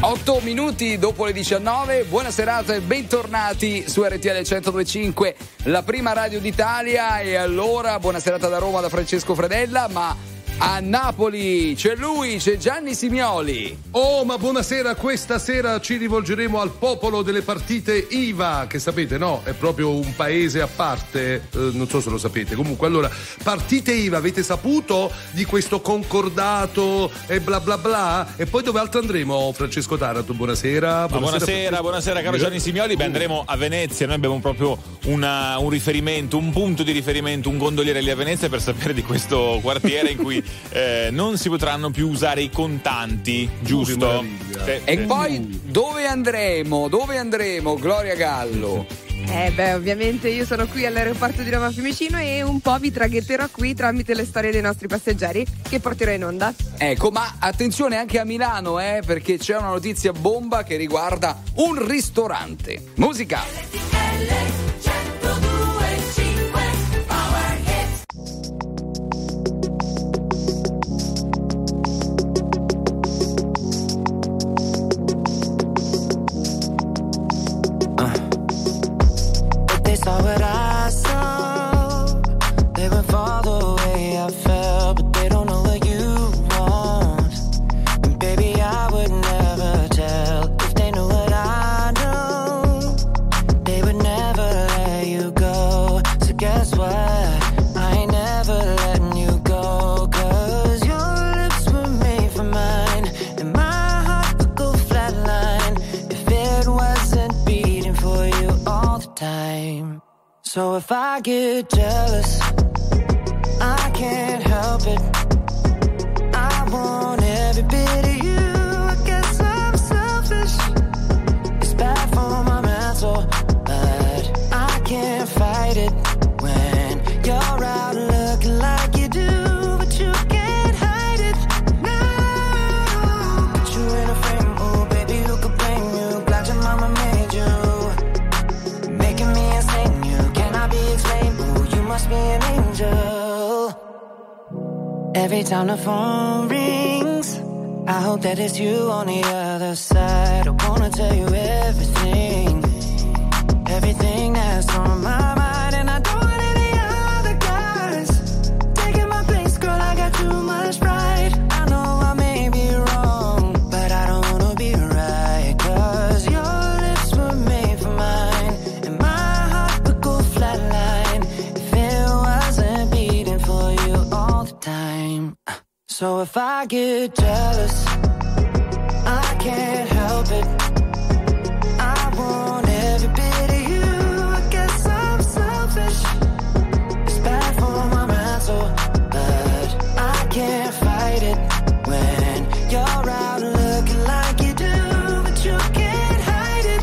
8 minuti dopo le 19, buona serata e bentornati su RTL 102.5, la prima radio d'Italia. E allora, buona serata da Roma da Francesco Fredella, ma a Napoli c'è lui, c'è Gianni Simioli. Oh, ma buonasera, questa sera ci rivolgeremo al popolo delle partite IVA, che sapete, no? È proprio un paese a parte, non so se lo sapete. Comunque, allora, partite IVA, avete saputo di questo concordato e bla bla bla? E poi dove altro andremo, Francesco Taranto? Buonasera. Buonasera caro Gianni Simioli. Beh, andremo a Venezia, noi abbiamo proprio un riferimento, un punto di riferimento, un gondoliere lì a Venezia per sapere di questo quartiere in cui non si potranno più usare i contanti, giusto? E poi dove andremo, Gloria Gallo? Ovviamente io sono qui all'aeroporto di Roma Fiumicino e un po' vi traghetterò qui tramite le storie dei nostri passeggeri che porterò in onda. Ecco, ma attenzione anche a Milano, perché c'è una notizia bomba che riguarda un ristorante. Musica. What I saw, they would fall the way I felt, but they don't know what you want. And baby, I would never tell if they knew what I know. They would never let you go. So guess what? I ain't never letting you go. 'Cause your lips were made for mine, and my heart would go flatline if it wasn't beating for you all the time. So if I get jealous, I can't help it. I want every bit of you. I guess I'm selfish. It's bad for my mental, but I can't fight it when you're out looking like you do, but you can't hide it. No, put you in a frame, oh baby, who could blame you? Glad your mama made you, making me insane. Be explained, ooh, you must be an angel. Every time the phone rings, I hope that it's you on the other side. I wanna tell you everything, everything that's on my mind. And I don't want any other guys taking my place, girl, I got too much pride. I know I may be wrong, but I don't wanna be right. 'Cause your lips were made for mine, and my heart would go flatline if it wasn't beating for you all the time. So if I get jealous, I can't help it. I want every bit of you. I guess I'm selfish. It's bad for my mental, but I can't fight it when you're out looking like you do, but you can't hide it.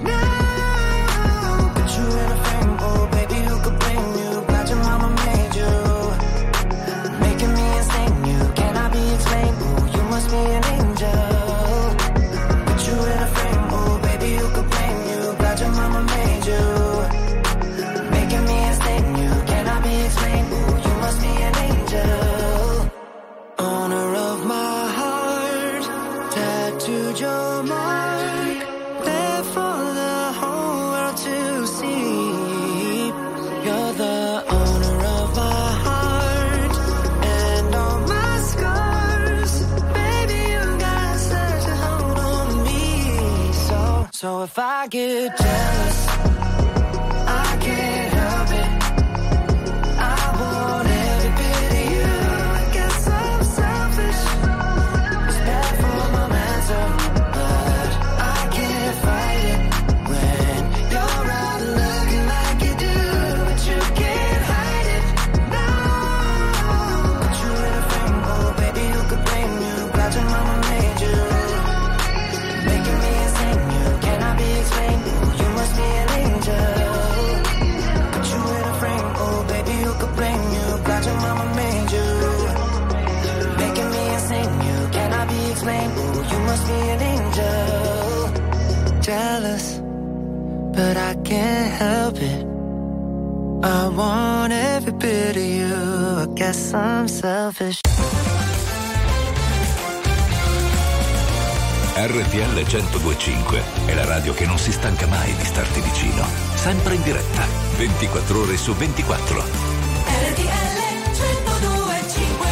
No, put you in a frame, oh baby, who could blame you? Glad your mama made you, making me insane. You cannot be explained, oh you must be an angel. Put you in a frame, oh baby, who could blame you? Glad your mama made you, making me insane. You cannot be explained, oh you must be an angel. Owner of my heart, tattooed your mark, there for the whole world to see. You're the owner of my heart and all my scars. Baby, you got such a hold on me. So if I get jealous, I can't help it. I want every bit of you. I guess I'm selfish. It's bad for my mental, but I can't fight it when you're out looking like you do, but you can't hide it. No, put you in a frame, oh baby, who could blame you? Glad your mama made you, making me insane. You cannot be explained, oh you must be an angel. Put you in a frame, oh baby, who could blame you? Glad your mama made you, making me insane. You cannot be explained, oh you must be an angel. Jealous, but I can't help it. I want every bit of you. I guess I'm selfish. RTL 102.5 è la radio che non si stanca mai di starti vicino. Sempre in diretta, 24 ore su 24. RTL 102.5.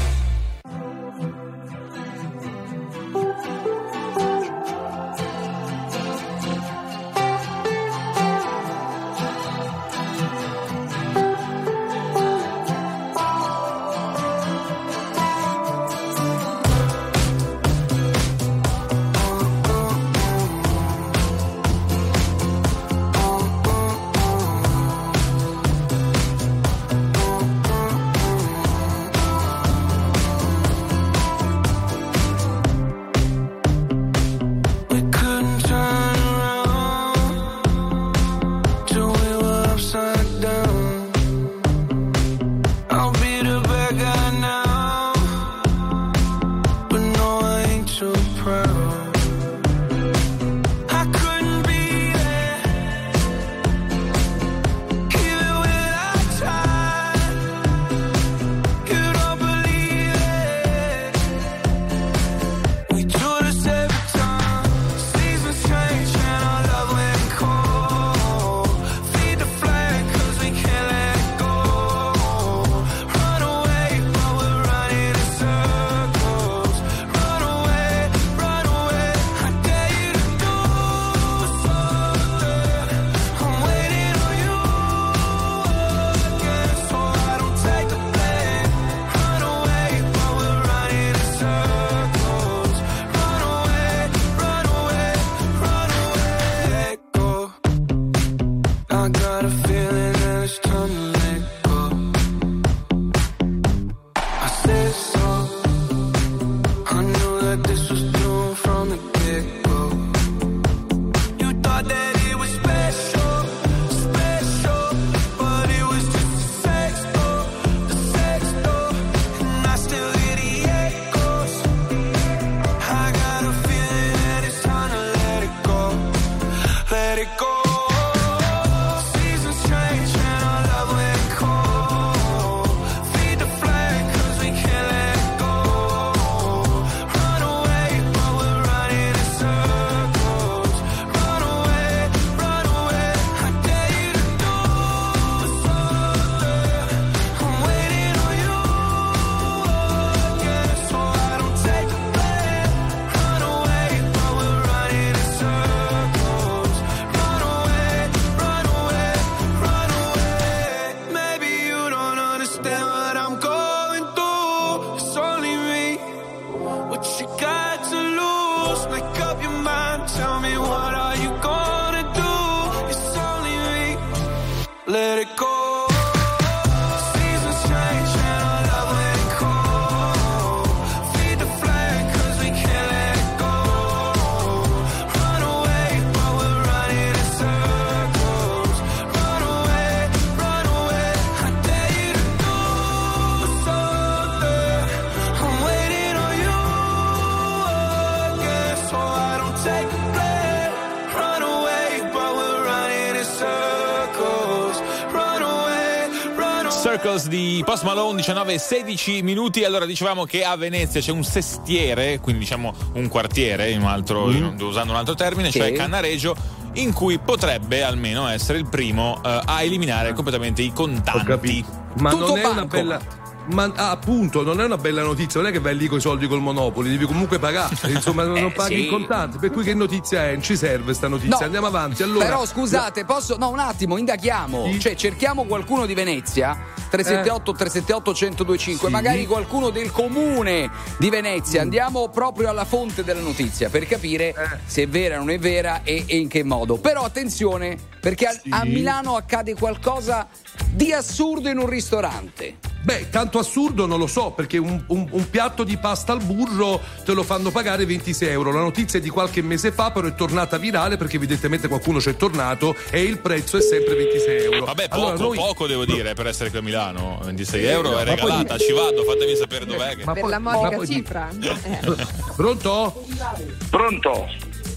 Circles di Post Malone, 19:16 minuti. Allora, dicevamo che a Venezia c'è un sestiere, quindi diciamo un quartiere, usando un altro termine, cioè Cannaregio, in cui potrebbe almeno essere il primo a eliminare completamente i contanti. Ho capito. Ma Tutto non è una banco. bella. Ma appunto, non è una bella notizia, non è che vai lì con i soldi col Monopoli, devi comunque pagare, insomma, non paghi sì. in contanti. Per cui che notizia è? Non ci serve sta notizia. No, Andiamo avanti. Allora, però scusate, posso. No, un attimo, indaghiamo. Sì. Cioè, cerchiamo qualcuno di Venezia. 378-378-1025, Sì. magari qualcuno del comune di Venezia. Andiamo proprio alla fonte della notizia per capire se è vera o non è vera e in che modo. Però attenzione, perché a Milano accade qualcosa di assurdo in un ristorante. Beh, tanto assurdo non lo so, perché un piatto di pasta al burro te lo fanno pagare 26 euro. La notizia è di qualche mese fa, però è tornata virale perché evidentemente qualcuno c'è tornato e il prezzo è sempre 26 euro. Vabbè, Allora, poco devo dire per essere qui a Milano. 26 euro è ma regalata, poi- ci vado, fatemi sapere dov'è. Ma Per poi- la ma modica poi- cifra. Pronto? Pronto?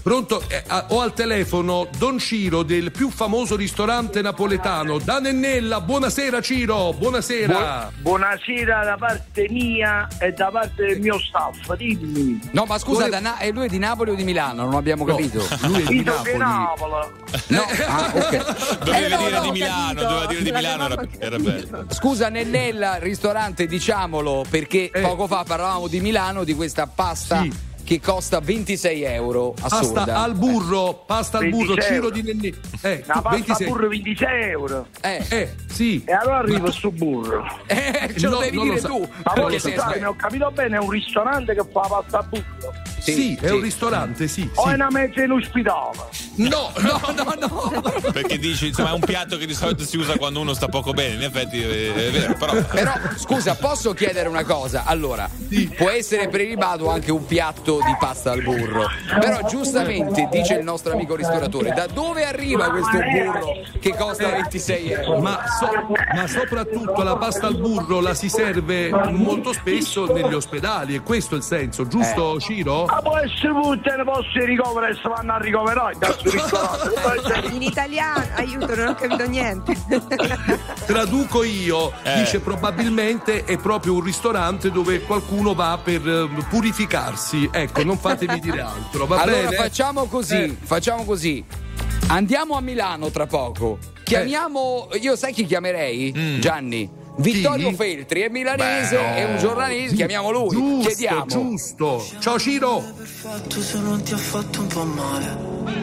Pronto? Ho al telefono Don Ciro del più famoso ristorante napoletano, da Nennella. Buonasera Ciro, buonasera. Buonasera da parte mia e da parte del mio staff, dimmi. No, ma scusa, e lui è di Napoli o di Milano? Non abbiamo capito. Lui è di Io che Napoli. No, ok. Doveva dire no, di ho Milano, capito. doveva dire di Milano, era bello. Scusa, Nennella, ristorante, diciamolo, perché poco fa parlavamo di Milano, di questa pasta Sì. che costa 26 euro. Assurda. Pasta al burro, Ciro di Nennella. La pasta 26. a burro 26 euro. Sì. E allora arriva sto burro. Ce lo No, devi non lo dire sa. tu. Ma voi Perché sei scusate, ho capito bene, è un ristorante che fa la pasta a burro. Sì, è un ristorante, sì. O sì. è una mezza inospitale? No. Perché dici, insomma, è un piatto che di solito si usa quando uno sta poco bene, in effetti è vero, Però, scusa, posso chiedere una cosa? Allora, può essere prelibato anche un piatto di pasta al burro, però giustamente, dice il nostro amico ristoratore, da dove arriva questo burro che costa 26 euro? Ma soprattutto la pasta al burro la si serve molto spesso negli ospedali, e questo è il senso, giusto Ciro? Ma può essere tutte le posti ricovero e si vanno a ricoverare in questo ristorante. In italiano, aiuto, non ho capito niente. Traduco io, dice probabilmente è proprio un ristorante dove qualcuno va per purificarsi. Ecco, non fatemi dire altro, va Allora bene? facciamo così. Andiamo a Milano tra poco. Chiamiamo, io sai chi chiamerei? Gianni. Vittorio Chi? Feltri è milanese, è un giornalista, chiamiamo lui. Giusto, Chiediamo. giusto. Ciao Ciro. Perfetto se non ti ha fatto un po' male.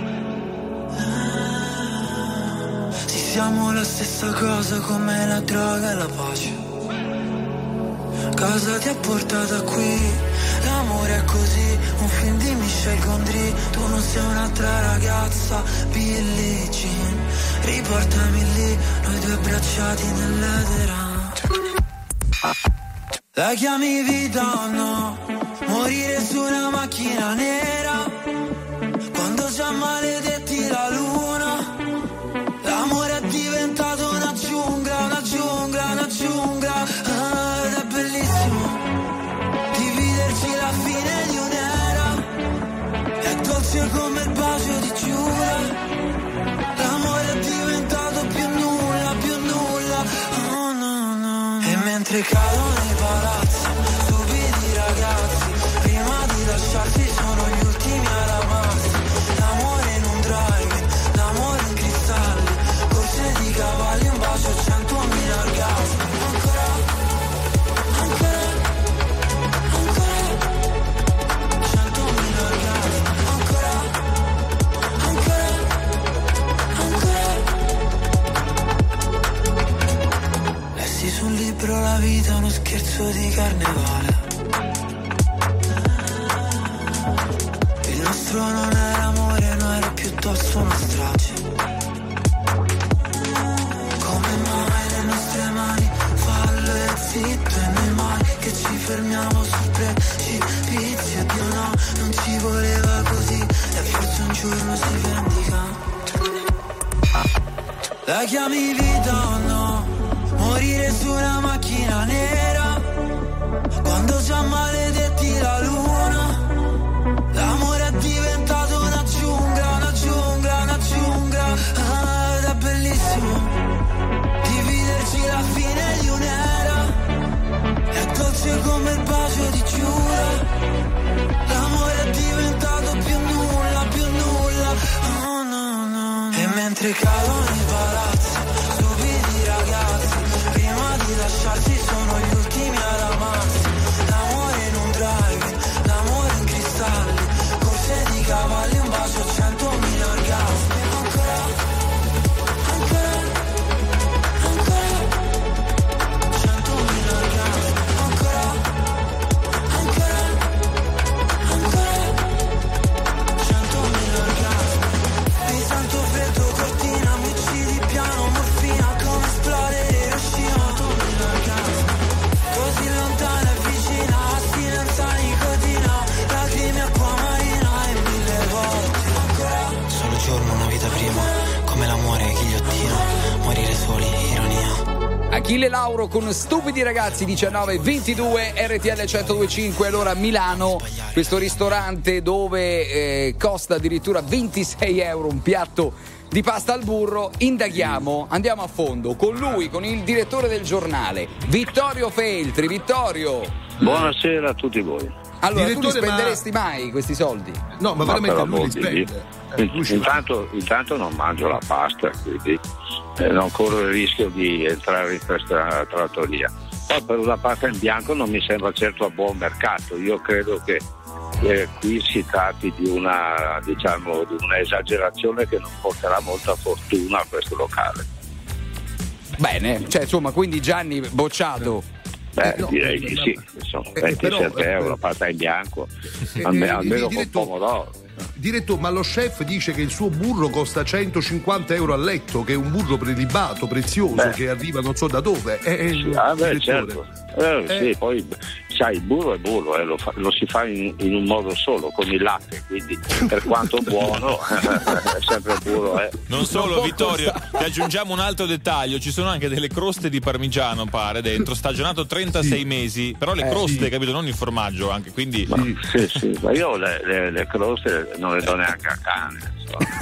Sì, siamo la stessa cosa come la droga e la pace. Cosa ti ha portato qui? L'amore è così, un film di Michel Gondry. Tu non sei un'altra ragazza, Billie Jean. Riportami lì, noi due abbracciati nell'edera. La chiami vita o no? Morire su una macchina nera quando già maledetti la luna. L'amore è diventato una giungla, una giungla, una giungla. Ed è bellissimo dividerci la fine di un'era. È dolce come il bacio di Giura. L'amore è diventato più nulla, più nulla. Oh no, no. E mentre cadono nei palazzi, stupidi ragazzi, prima di lasciarsi sono gli ultimi a ramarsi. L'amore in un drive, l'amore in cristalli, corse di cavalli, un bacio, 100.000 orgasmi. Ancora, ancora, ancora, 100.000 orgasmi. Ancora, ancora, ancora. Lessi sul libro la vita è uno scherzo di carnevale. Il nostro non era amore, no, era piuttosto una strage. Come mai le nostre mani fallo e zitto, e noi mai che ci fermiamo sul precipizio. Dio no, non ci voleva così, e forse un giorno si vendica. La chiami vita o no? Morire su una macchina nera quando già maledetti la luna. L'amore è diventato una giungla, una giungla, una giungla. Ed è bellissimo dividerci la fine di un'era. È dolce come il bacio di Giura. L'amore è diventato più nulla, più nulla. Oh no, no. E mentre cadono i palazzi, stupidi ragazzi, prima di lasciarsi sono gli ultimi ad amarsi. L'amore in Lauro con Stupidi Ragazzi, 19:22, RTL 102.5. Allora, Milano, questo ristorante dove costa addirittura 26 euro un piatto di pasta al burro. Indaghiamo, andiamo a fondo con lui, con il direttore del giornale, Vittorio Feltri. Vittorio, buonasera a tutti voi. Allora, Direttore, tu li spenderesti mai questi soldi? No, ma veramente lui li spende. Intanto non mangio la pasta, quindi non corro il rischio di entrare in questa trattoria. Poi per una pasta in bianco non mi sembra certo a buon mercato. Io credo che qui si tratti di una esagerazione che non porterà molta fortuna a questo locale. Bene, cioè insomma, quindi Gianni bocciato. Direi di sì, sono 27 euro pasta in bianco, almeno con pomodoro. Direttore, ma lo chef dice che il suo burro costa 150 euro a letto, che è un burro prelibato, prezioso, che arriva non so da dove. Certo. Sì, poi sai, il burro è burro, lo si fa in un modo solo, con il latte, quindi per quanto buono è sempre burro. Non solo, Vittorio, ti aggiungiamo un altro dettaglio, ci sono anche delle croste di parmigiano, pare, dentro, stagionato 36 mesi, però le croste, capito, non il formaggio, anche, quindi... Sì, ma io le croste non le do neanche a cane.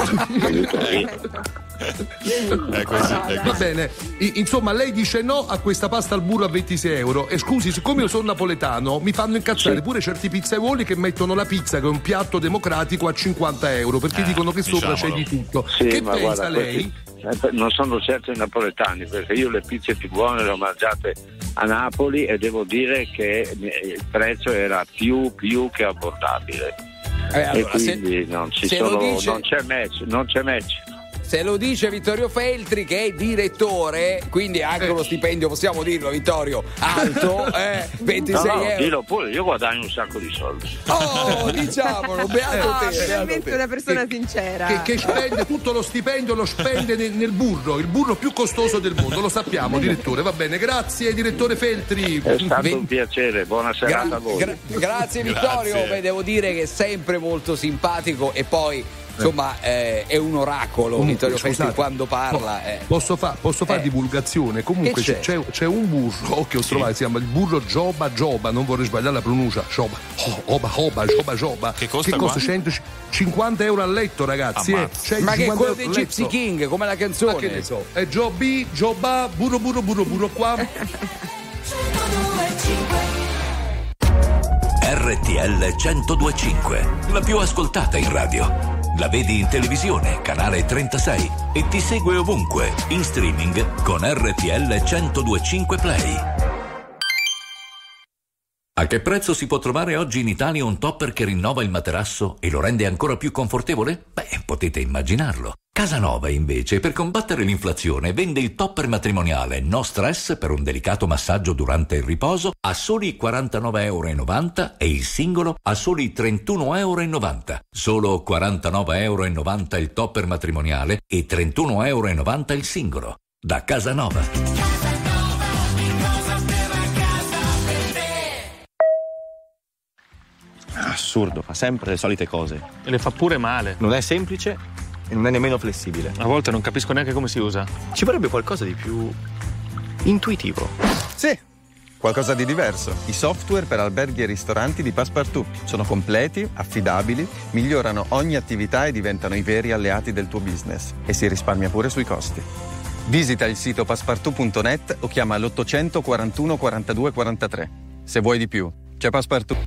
È così. Va bene, insomma, lei dice no a questa pasta al burro a 26 euro. E scusi, siccome io sono napoletano, mi fanno incazzare pure certi pizzaioli che mettono la pizza, che è un piatto democratico, a 50 euro, perché dicono che sopra c'è di tutto. Che ma pensa guarda, lei? Non sono certo i napoletani, perché io le pizze più buone le ho mangiate a Napoli e devo dire che il prezzo era più che abbordabile. Allora, e quindi non c'è match. Se lo dice Vittorio Feltri, che è direttore, quindi anche lo stipendio, possiamo dirlo, Vittorio, alto, 26 euro. Dillo pure, io guadagno un sacco di soldi. Oh, diciamolo, beato te. Veramente una persona sincera. Che spende tutto lo stipendio, lo spende nel burro, il burro più costoso del mondo, lo sappiamo, direttore. Va bene, grazie direttore Feltri. È stato un piacere, buona serata a voi. Grazie Vittorio. Grazie. Beh, devo dire che è sempre molto simpatico e poi insomma è un oracolo. Vittorio Feltri quando parla. Posso fare divulgazione? Comunque c'è un burro che ho trovato, si chiama il burro Joba, non vorrei sbagliare la pronuncia. Joba. Che costa 150 euro a letto, ragazzi. Ma che è quello dei Gypsy King, come la canzone? Ma che ne so? È Joba, burro qua. RTL 102.5, la più ascoltata in radio. La vedi in televisione, canale 36, e ti segue ovunque, in streaming con RTL 102.5 Play. A che prezzo si può trovare oggi in Italia un topper che rinnova il materasso e lo rende ancora più confortevole? Beh, potete immaginarlo. Casanova, invece, per combattere l'inflazione, vende il topper matrimoniale No Stress per un delicato massaggio durante il riposo a soli 49,90 euro e il singolo a soli 31,90 euro. Solo 49,90 euro il topper matrimoniale e 31,90 euro il singolo. Da Casanova. Assurdo, fa sempre le solite cose. E le fa pure male. Non è semplice e non è nemmeno flessibile. A volte non capisco neanche come si usa. Ci vorrebbe qualcosa di più intuitivo. Sì, qualcosa di diverso. I software per alberghi e ristoranti di Passepartout sono completi, affidabili, migliorano ogni attività e diventano i veri alleati del tuo business. E si risparmia pure sui costi. Visita il sito passepartout.net o chiama l'800 41 42 43. Se vuoi di più, c'è Passepartout.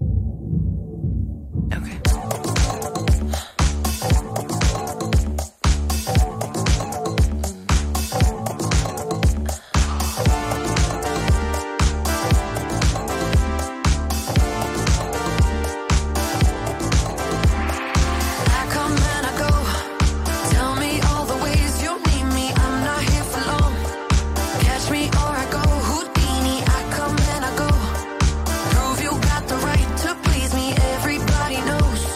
Prove you got the right to please me. Everybody knows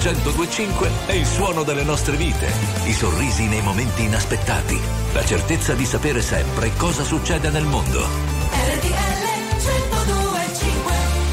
102.5 è il suono delle nostre vite, i sorrisi nei momenti inaspettati, la certezza di sapere sempre cosa succede nel mondo. RTL 102.5.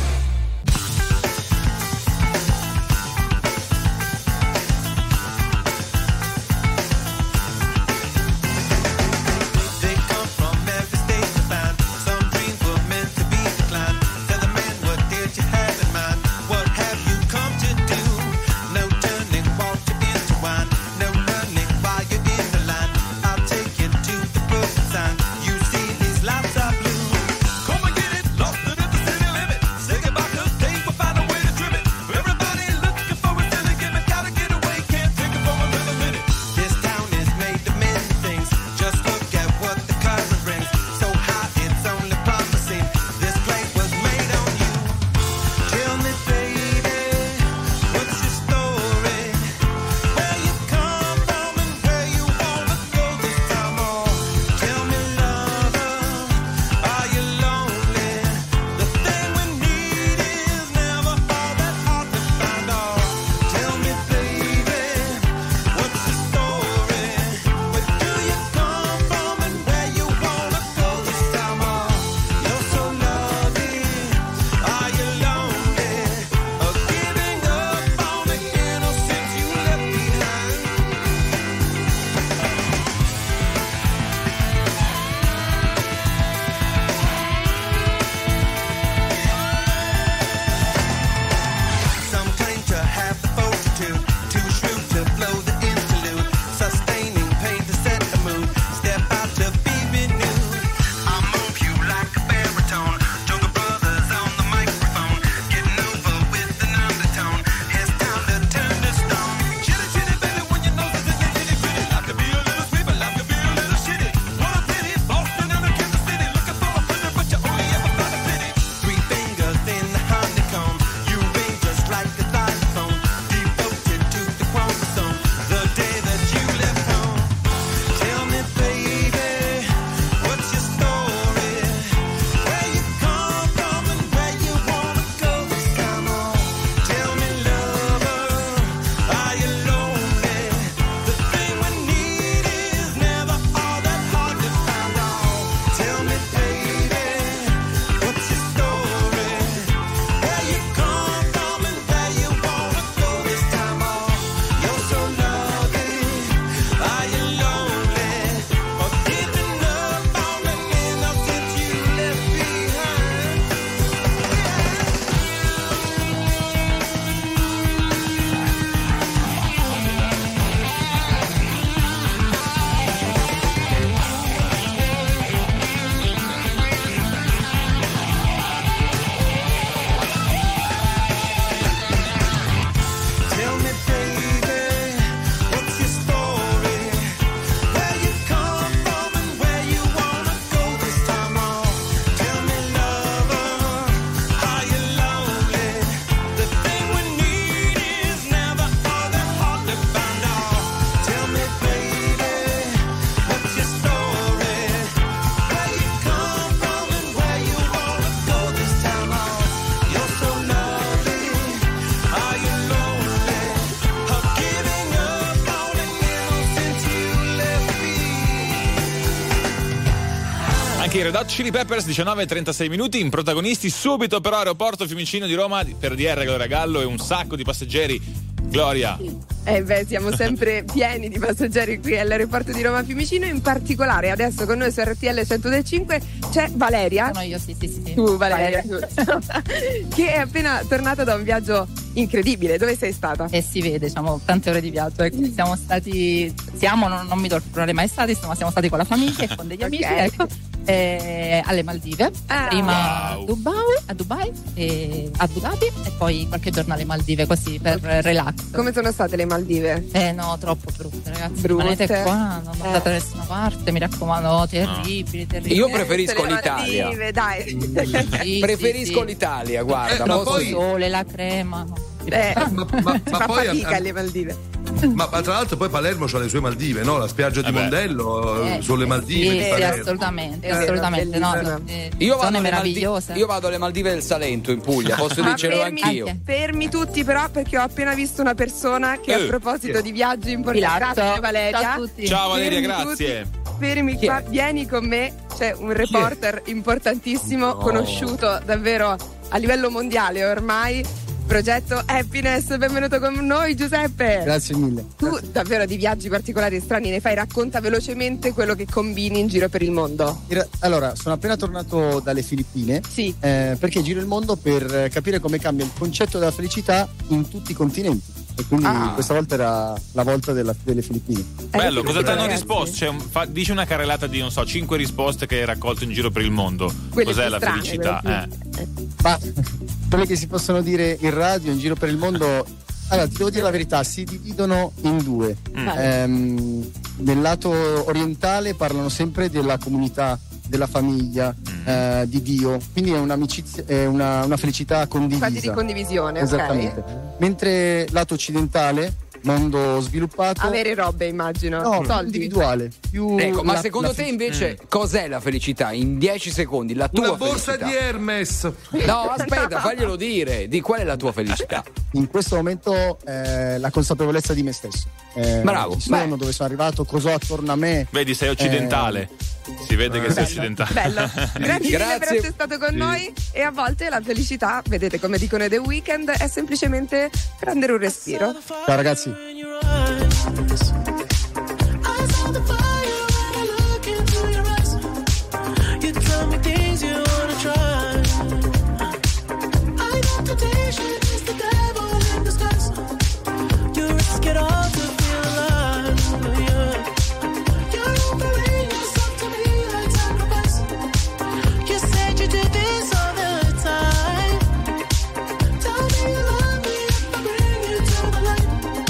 They come from every state to find. Some dreams were meant to be declined. Tell the man, what did you have in mind? What have you come to do? No turning water into wine. No running while you're in the line. I'll take you to the broken sign. You see these lights are blue. Come and get it, lost it at the city limit. Say goodbye 'cause they will find a way to trim it. Everybody looking for a silly gimmick. Gotta get away, can't take it for another minute. This town is made of many things. Just look at what the current brings. So high, it's only promising. This place was made on you. Tell me, baby, what's your story? Where you come from and where you wanna go this time on. Tell me, lover, are you lonely? The thing we need is never all that hard to find out. Tell me, baby, what's your story? Where do you come from and where you wanna go this time on? You're so lovely, are you lonely? Or giving up on the innocence you left behind? Some claim to have the fortitude, too shrewd to blow the interlude, sustaining pain to set the mood, step out to be renewed. I move you like a baritone, Jungle Brothers on the microphone, getting over with an undertone, it's time to turn the stone. Chitty chitty baby when your nose is in the nitty gritty, life could be a little sweet but life could be a little shitty. What a pity, Boston and a Kansas City, looking for a hundred but you only ever found a pity. Three fingers in the honeycomb, you ring just like a xylophone, devoted to the chromosome, the day that you left home. Tell me, baby, what's your story? Where you come from and where you wanna go this time on. Tell me, lover, are you lonely? The thing we need is never all that hard to find out. Tell me, baby, what's your story? Where you come from and where you wanna go this time on. You're so lovely, are you lonely? Or giving up on the innocence you left behind? Tell me, baby, what's your story? Where you come from and where you wanna go this time on. Tell me, lover, are you lonely? The thing we need is never all that hard to find out. Tell me, baby, what's your story? Where you come from and where you wanna go this time on. You're so lovely, are you lonely? Or giving up on the innocence you left behind? Anche i Red Hot Chili Peppers, 19:36 minuti, in protagonisti subito però aeroporto Fiumicino di Roma per DR Gloria Gallo e un sacco di passeggeri. Gloria, Siamo sempre pieni di passeggeri qui all'aeroporto di Roma Fiumicino, in particolare adesso con noi su RTL 102.5 c'è Valeria. Sono io, sì. Tu Valeria. Che è appena tornata da un viaggio incredibile. Dove sei stata? Si vede, diciamo, tante ore di viaggio. Ecco. Non mi tornerei mai stati, ma siamo stati con la famiglia e con degli amici, ecco. Alle Maldive, prima a Dubai e a Abu Dhabi e poi qualche giorno alle Maldive, così per relax. Come sono state le Maldive? No, troppo brutte, ragazzi. Rimanete qua, non andate da nessuna parte, mi raccomando, terribili. Io preferisco l'Italia. Maldive, dai. Preferisco l'Italia, guarda. Ma poi il sole, la crema. Ma fa poi fatica alle Maldive. Ma tra l'altro poi Palermo c'ha le sue Maldive, no? La spiaggia di Mondello sulle Maldive di Sì, Palermo. assolutamente, È vero, assolutamente. No, Io vado, zone alle meravigliose. io vado alle Maldive del Salento in Puglia, posso Ma dircelo anch'io. fermi tutti però, perché ho appena visto una persona che a proposito di viaggi importanti. Grazie Valeria. Ciao a tutti. Ciao Valeria, Fermi grazie. Fermi qua, vieni con me, c'è un reporter importantissimo, conosciuto davvero a livello mondiale ormai, progetto Happiness. Benvenuto con noi Giuseppe. Grazie mille. Tu davvero di viaggi particolari e strani ne fai, racconta velocemente quello che combini in giro per il mondo. Allora, sono appena tornato dalle Filippine, perché giro il mondo per capire come cambia il concetto della felicità in tutti i continenti. E quindi questa volta era la volta delle Filippine. Bello, cosa ti hanno risposto? Cioè, dici una carrellata di, non so, 5 risposte che hai raccolto in giro per il mondo. Quelle Cos'è più la strane, felicità? Ma quelle che si possono dire in radio, in giro per il mondo, allora ti devo dire la verità, si dividono in due. Nel lato orientale parlano sempre della comunità, della famiglia, di Dio, quindi è un'amicizia, è una felicità condivisa. Quasi di condivisione, esattamente. ok. Mentre lato occidentale, mondo sviluppato, Avere robe, immagino. no, Soldi. individuale. Più Ecco, ma la- secondo la te fe- invece cos'è la felicità? In 10 secondi, la tua Una borsa felicità. di Hermes. No, aspetta, faglielo dire. Di qual è la tua felicità? In questo momento la consapevolezza di me stesso. Bravo. Chi sono, dove sono arrivato, cosa ho attorno a me. Vedi, sei occidentale. Si vede che sei occidentale. Bello. Grazie mille per Grazie. essere stato con noi. E a volte la felicità, vedete come dicono The Weeknd, è semplicemente prendere un respiro. Ciao ragazzi. You tell me things you wanna try. I know temptation is the devil in disguise. You risk it all to feel alive. Yeah. You're offering yourself to me like sacrifice. You said you did this all the time. Tell me you love me if I bring you to the light.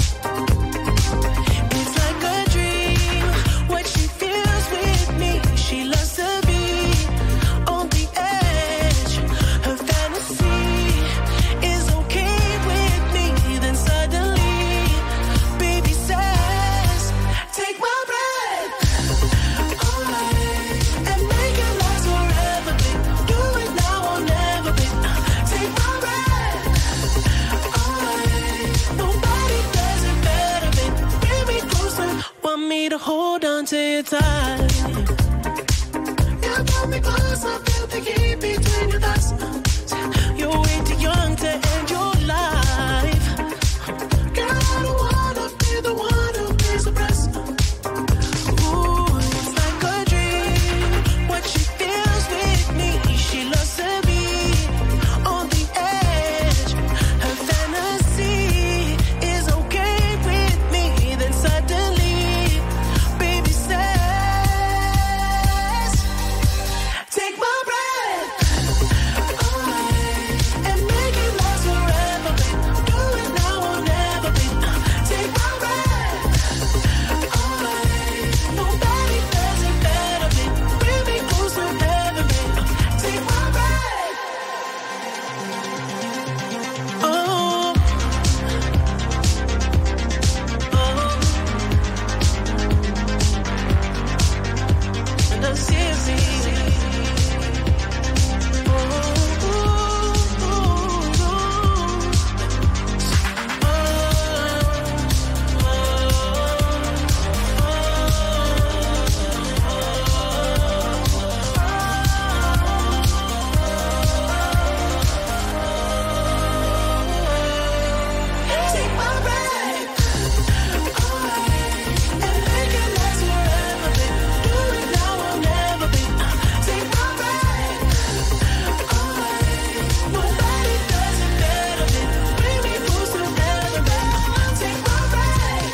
It's like a dream what she feels with me. She loves to be on the edge. Her fantasy is okay with me. Then suddenly, baby says, take my breath away and make it last forever, babe. Do it now or never, babe. Take my breath away. Nobody does it better, babe. Bring me closer, want me to hold on to you tight. You got me close, I feel the heat between your thighs. You're way too young to end your life. Girl, I don't wanna be the one who pays the price. Ooh, it's like a dream. What she feels with me, she loves to be on the edge. Her fantasy is okay with me. Then suddenly, baby says, take my breath away and make it last forever, babe. Do it now or never, babe. Take my breath away. Nobody does it better, babe. Bring me closer, heaven, babe. Take my breath. Oh. And I'm seriously. Take my breath away and make it last forever, babe. Do it now or never, babe. Take my breath away. Nobody does it better, babe. Bring me closer, heaven, babe. Take my breath.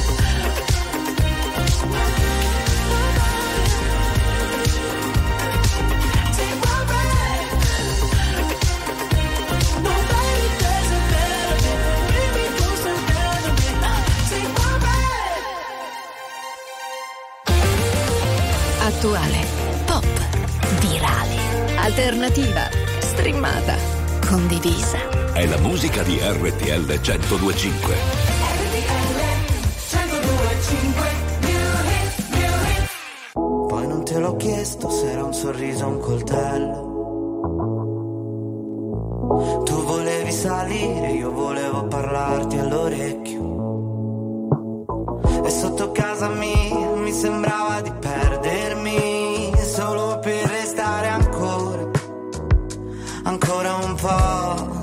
Take my breath. Nobody does it better, babe. Bring me closer, heaven, babe. Take my breath. Attuale, pop, virale, alternativa, streamata, condivisa. È la musica di RTL 102.5. te l'ho chiesto se era un sorriso o un coltello. Tu volevi salire, io volevo parlarti all'orecchio. E sotto casa mia mi sembrava di perdermi, solo per restare ancora un po'.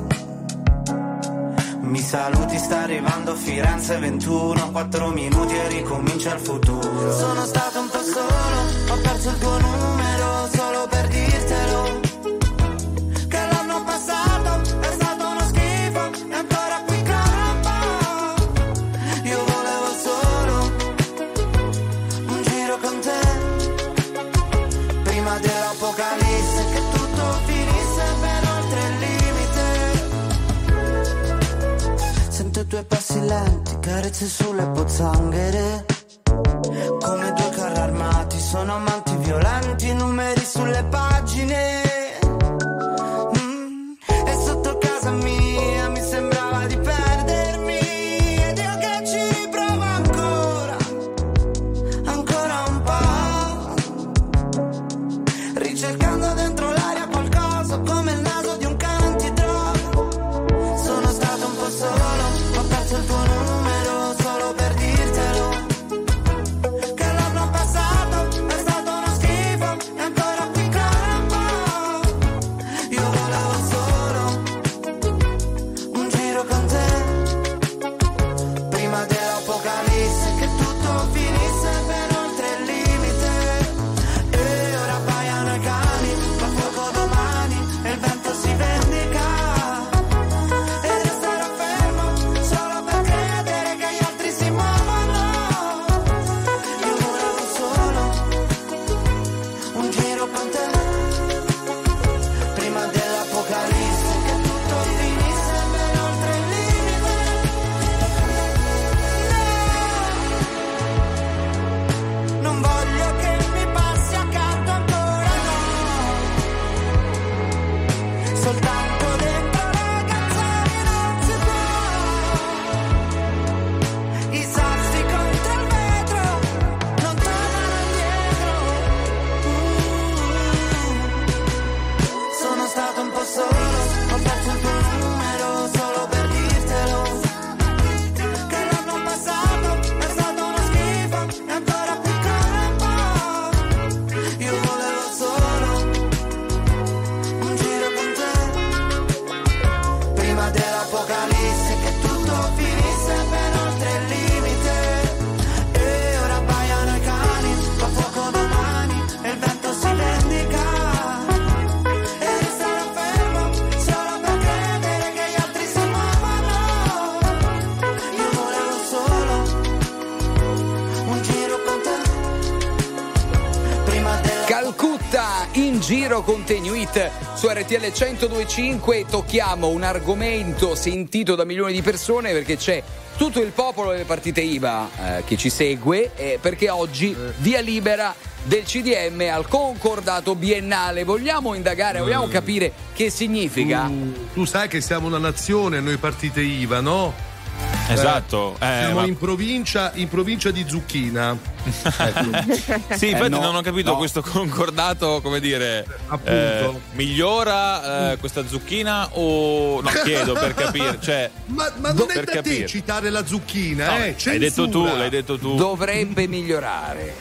Mi saluti, sta arrivando Firenze 21, 4 minuti e ricomincia il futuro. Sono stato un po' solo, ho perso il tuo numero solo per dirtelo, che l'anno passato è stato uno schifo e ancora qui campo. Io volevo solo un giro con te, prima dell'apocalisse, che tutto finisse ben oltre il limite. Sento i tuoi passi lenti, carezze sulle pozzanghere, come due carri armati, sono amanti violenti, numeri sulle pagine. E sotto casa mia mi sembrava di perdermi, ed io che ci riprovo ancora un po', ricercando dentro l'aria qualcosa come il naso di un cane antidroga. Sono stato un po' solo, ho perso il tuo numero solo per dirtelo, che l'anno passato è stato uno schifo e ancora qui campo. Io volevo solo un giro con te, prima dell'apocalisse, che tutto finisse ben oltre il limite. E ora baiano i cani, fa fuoco domani e il vento si vendica. E resterò fermo solo per credere che gli altri si muovono. Io volevo solo un giro con te, prima dell'apocalisse, che tutto finisse ben oltre il limite. No, non voglio che mi passi accanto ancora, no. Soltanto dentro le canzoni non si può. I sassi contro il vetro non tornano indietro. Sono stato un po' solo, ho perso il tuo numero solo per dirtelo, che l'anno passato è stato uno schifo e ancora più campo. Io volevo solo un giro con te, prima dell'apocalisse, che tutto finisse ben oltre il limite. E ora baiano i cani, fa fuoco domani e il vento si vendica. E resterò fermo solo per credere che gli altri si muovono. Io volevo solo un giro con te, prima della Calcutta in giro con Tenuit su RTL 102.5. Tocchiamo un argomento sentito da milioni di persone, perché c'è tutto il popolo delle partite IVA che ci segue, perché oggi via libera del CDM al concordato biennale. Vogliamo indagare, vogliamo capire che significa? Tu sai che siamo una nazione, noi partite IVA, no? Esatto. Siamo Ma- in provincia di Zucchina. Sì, infatti no, non ho capito no. questo concordato, come dire, Appunto. migliora questa zucchina o no, chiedo per capire, cioè Ma non è per da capire. te citare la zucchina, No, censura. l'hai detto tu. Dovrebbe migliorare.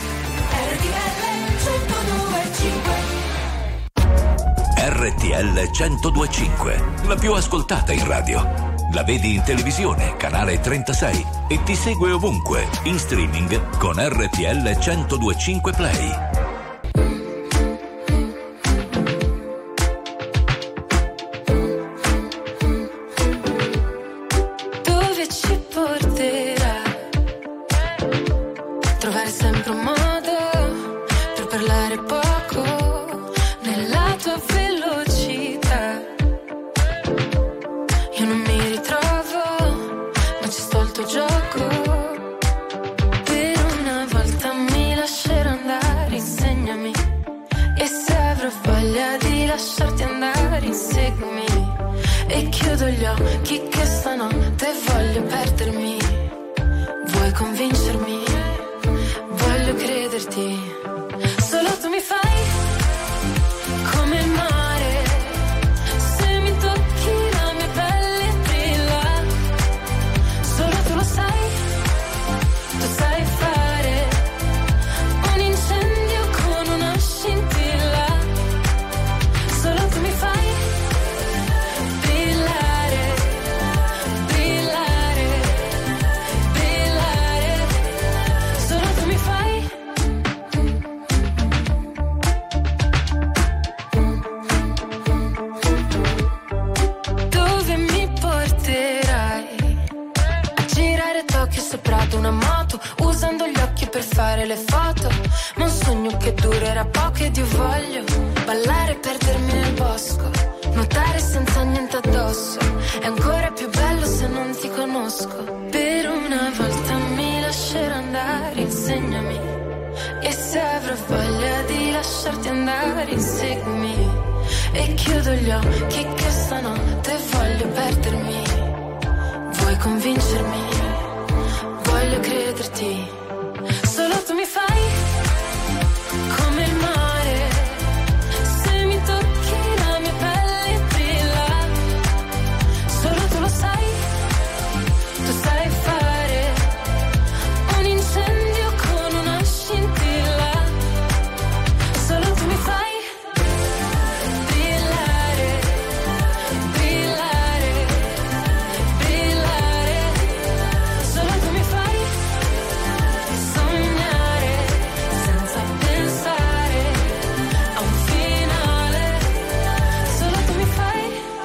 RTL 102.5, la più ascoltata in radio. La vedi in televisione, canale 36, e ti segue ovunque, in streaming con RTL 102.5 Play. Dove ci porterà? Trovare sempre un modo per parlare poco nella tua velocità. Io non mi ritrovo, ma ci sto al tuo gioco. Per una volta mi lascerò andare, insegnami. E se avrò voglia di lasciarti andare, inseguimi. E chiudo gli occhi che stanotte voglio perdermi. Vuoi convincermi? Voglio crederti. Solo fare le foto, ma un sogno che durerà poco ed io voglio ballare e perdermi nel bosco, nuotare senza niente addosso, è ancora più bello se non ti conosco. Per una volta mi lascerò andare, insegnami, e se avrò voglia di lasciarti andare, inseguimi, e chiudo gli occhi che stanotte voglio perdermi. Vuoi convincermi? Voglio crederti. Solo tu mi fai come il mare, se mi tocchi la mia pelle brilla. Solo tu lo sai, tu sai fare un incendio con una scintilla. Solo tu mi fai brillare, brillare, brillare. Solo tu mi fai sognare senza pensare a un finale. Solo tu mi fai.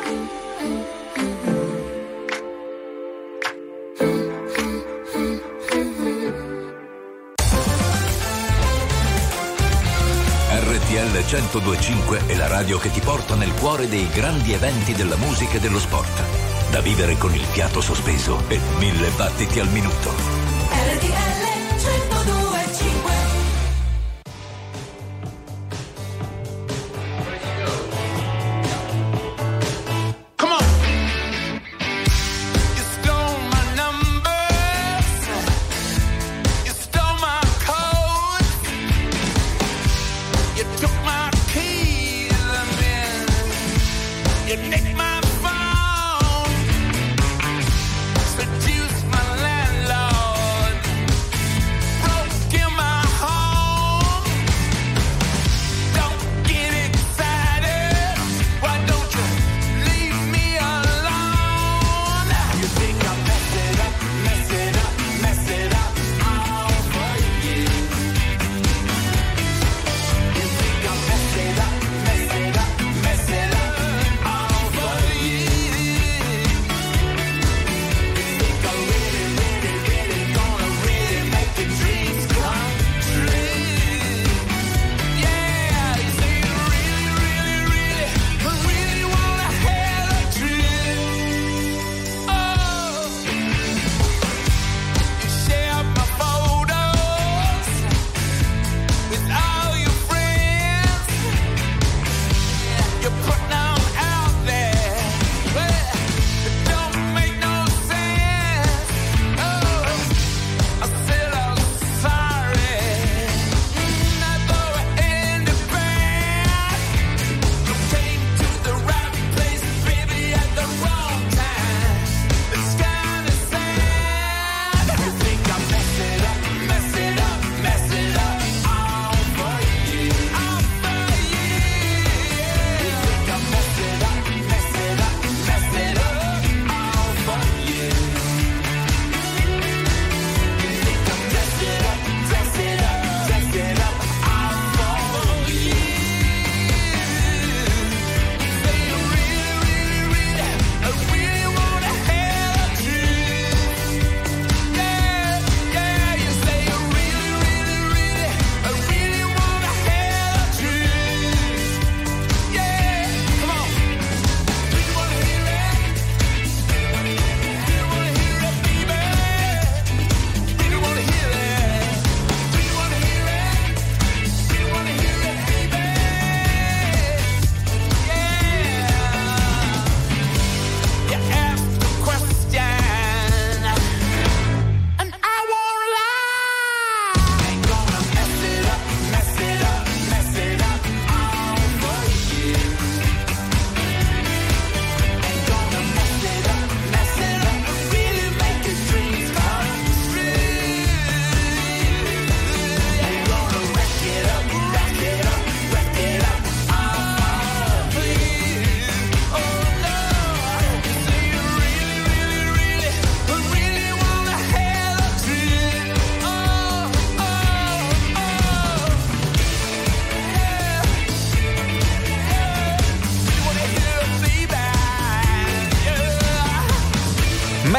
RTL 102.5 è la radio che ti porta nel cuore dei grandi eventi della musica e dello sport. Da vivere con il fiato sospeso e 1000 battiti al minuto. RTL 102.5. Come on. You stole my numbers. You stole my code. You took my keys and then you nicked my phone. Seduced my landlord.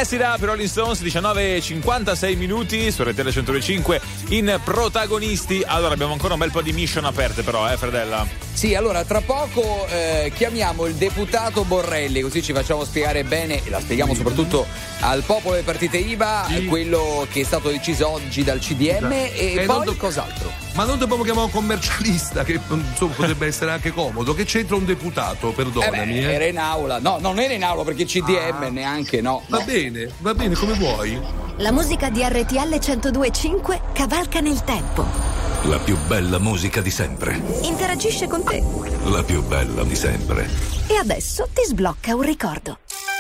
Messi da per Rolling Stones, 19:56 minuti su RTL 105 in protagonisti. Allora abbiamo ancora un bel po' di mission aperte però, Fredella? Sì, allora tra poco chiamiamo il deputato Borrelli, così ci facciamo spiegare bene, e la spieghiamo soprattutto al popolo delle partite IVA, quello che è stato deciso oggi dal CDM e poi cos'altro. Ma non dobbiamo chiamare un commercialista, che insomma potrebbe essere anche comodo. Che c'entra un deputato, perdonami. Era in aula. No, non era in aula perché CDM neanche, no. Va bene, come vuoi. La musica di RTL 102.5 cavalca nel tempo. La più bella musica di sempre. Interagisce con te. La più bella di sempre. E adesso ti sblocca un ricordo.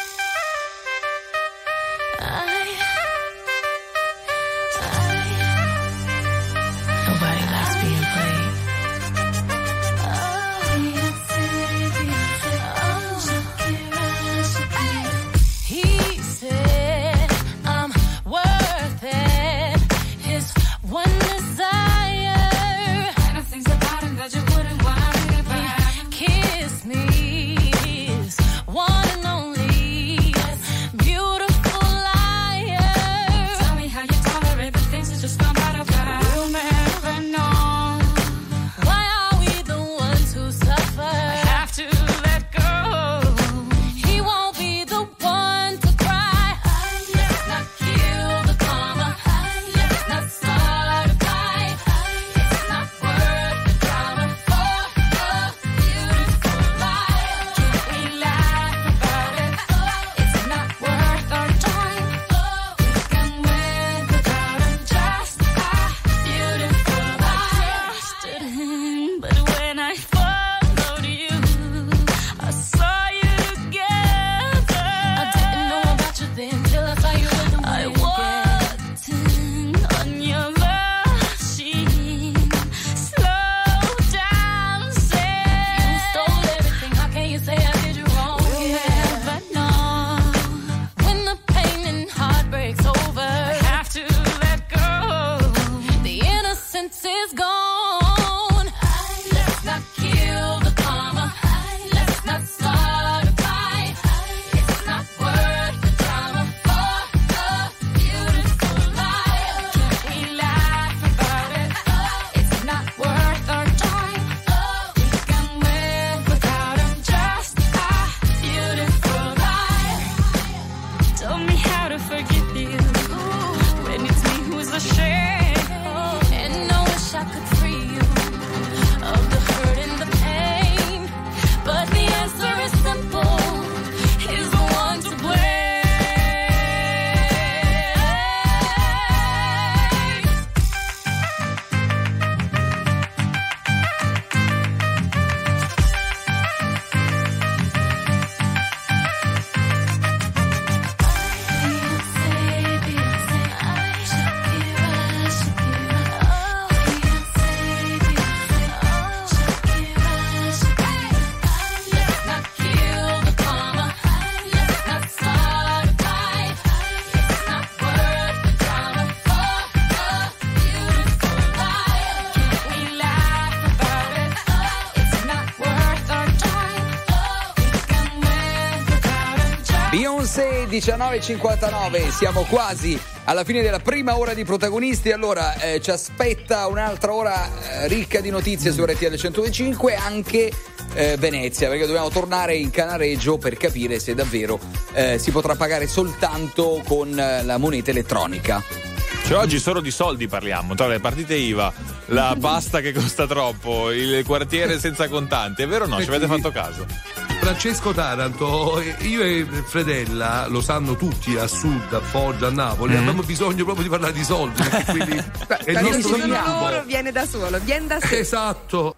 Nobody likes being played. He said I'm worth it. His one desire. And the things about him that you wouldn't worry about. Kiss me, his one and only beautiful liar. Tell me how you tolerate the things that just don't matter about. We'll never know. Why are we the ones who suffer? I have to let go. He won't be the one to cry. Let's not kill the karma. Let's not start a fight. It's not worth the drama for a beautiful life. Can we laugh about it? It's not worth our time. We can win without him. Just a beautiful life. Trusted him, but when I followed you, I saw you together. I didn't know about you then till I saw you with him. I walked in on your machine, slow dancing. You stole everything. How can you say I did you wrong? We'll never know when the pain and heartbreak's over. I have to let go. The innocence is gone. Let's not kill the karma. Let's not start a fight. It's not worth the drama for a beautiful life. Can we laugh about it? It's not worth our time. We can live without him. Just a beautiful life. Tell me how to forgive you when it's me who's ashamed. And I wish I could free you of the hurt and the pain. But the answer is simple. He's the one to blame. Let's not kill the karma. Let's not start a fight. It's not worth the drama for a beautiful life. Can we laugh about it? It's not worth our time. We can live without him. Just Beyoncé 19:59, siamo quasi alla fine della prima ora di protagonisti. Allora ci aspetta un'altra ora ricca di notizie su RTL 105, anche Venezia, perché dobbiamo tornare in Canareggio per capire se davvero si potrà pagare soltanto con la moneta elettronica. Cioè oggi solo di soldi parliamo, tra le partite IVA, la pasta che costa troppo, il quartiere senza contanti, è vero o no? Ci avete fatto caso? Francesco Taranto, io e Fredella, lo sanno tutti a sud, a Foggia, a Napoli, abbiamo bisogno proprio di parlare di soldi, perché quelli è il Quando nostro ci sono lavoro. loro viene da solo, viene da sé. Esatto.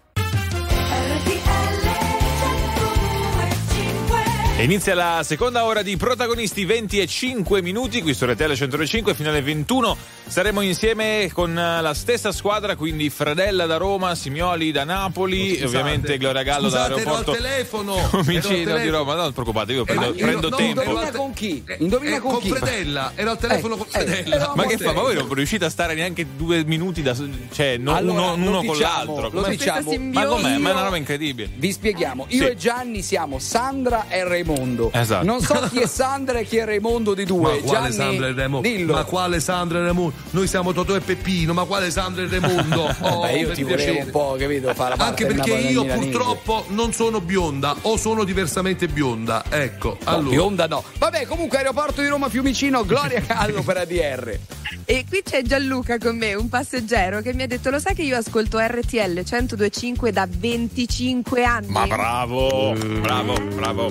E inizia la seconda ora di protagonisti, 20:05 minuti qui su RTL 105, fino alle 21 saremo insieme con la stessa squadra, quindi Fredella da Roma, Simioli da Napoli, ovviamente Gloria Gallo dall'aeroporto ero al telefono Fiumicino di Roma. No, non preoccupate, io prendo tempo. Indovina con chi? Indovina con chi? Fredella, ero al telefono con Fredella. Ma che fa? Ma voi non riuscite a stare neanche 2 minuti cioè Allora, uno lo con diciamo, l'altro? lo diciamo. Ma com'è? Ma è una roba incredibile. Vi spieghiamo. Io e Gianni siamo Sandra e Raimondo. Esatto. Non so chi è Sandra e chi è Raimondo di due. Ma quale Gianni, Sandra e Raimondo? dillo. Ma quale Sandra e Raimondo? Noi siamo Totò e Peppino, ma quale Sandra e Raimondo? Oh, Beh, io per ti volevo piacere. un po', capito? Fa la parte Anche perché del io milanese. purtroppo non sono bionda o sono diversamente bionda. Ecco, No, allora. bionda no. Vabbè, comunque aeroporto di Roma Fiumicino, Gloria Callo per ADR. E qui c'è Gianluca con me, un passeggero, che mi ha detto: lo sai che io ascolto RTL 102.5 da 25 anni? Ma bravo, bravo, bravo.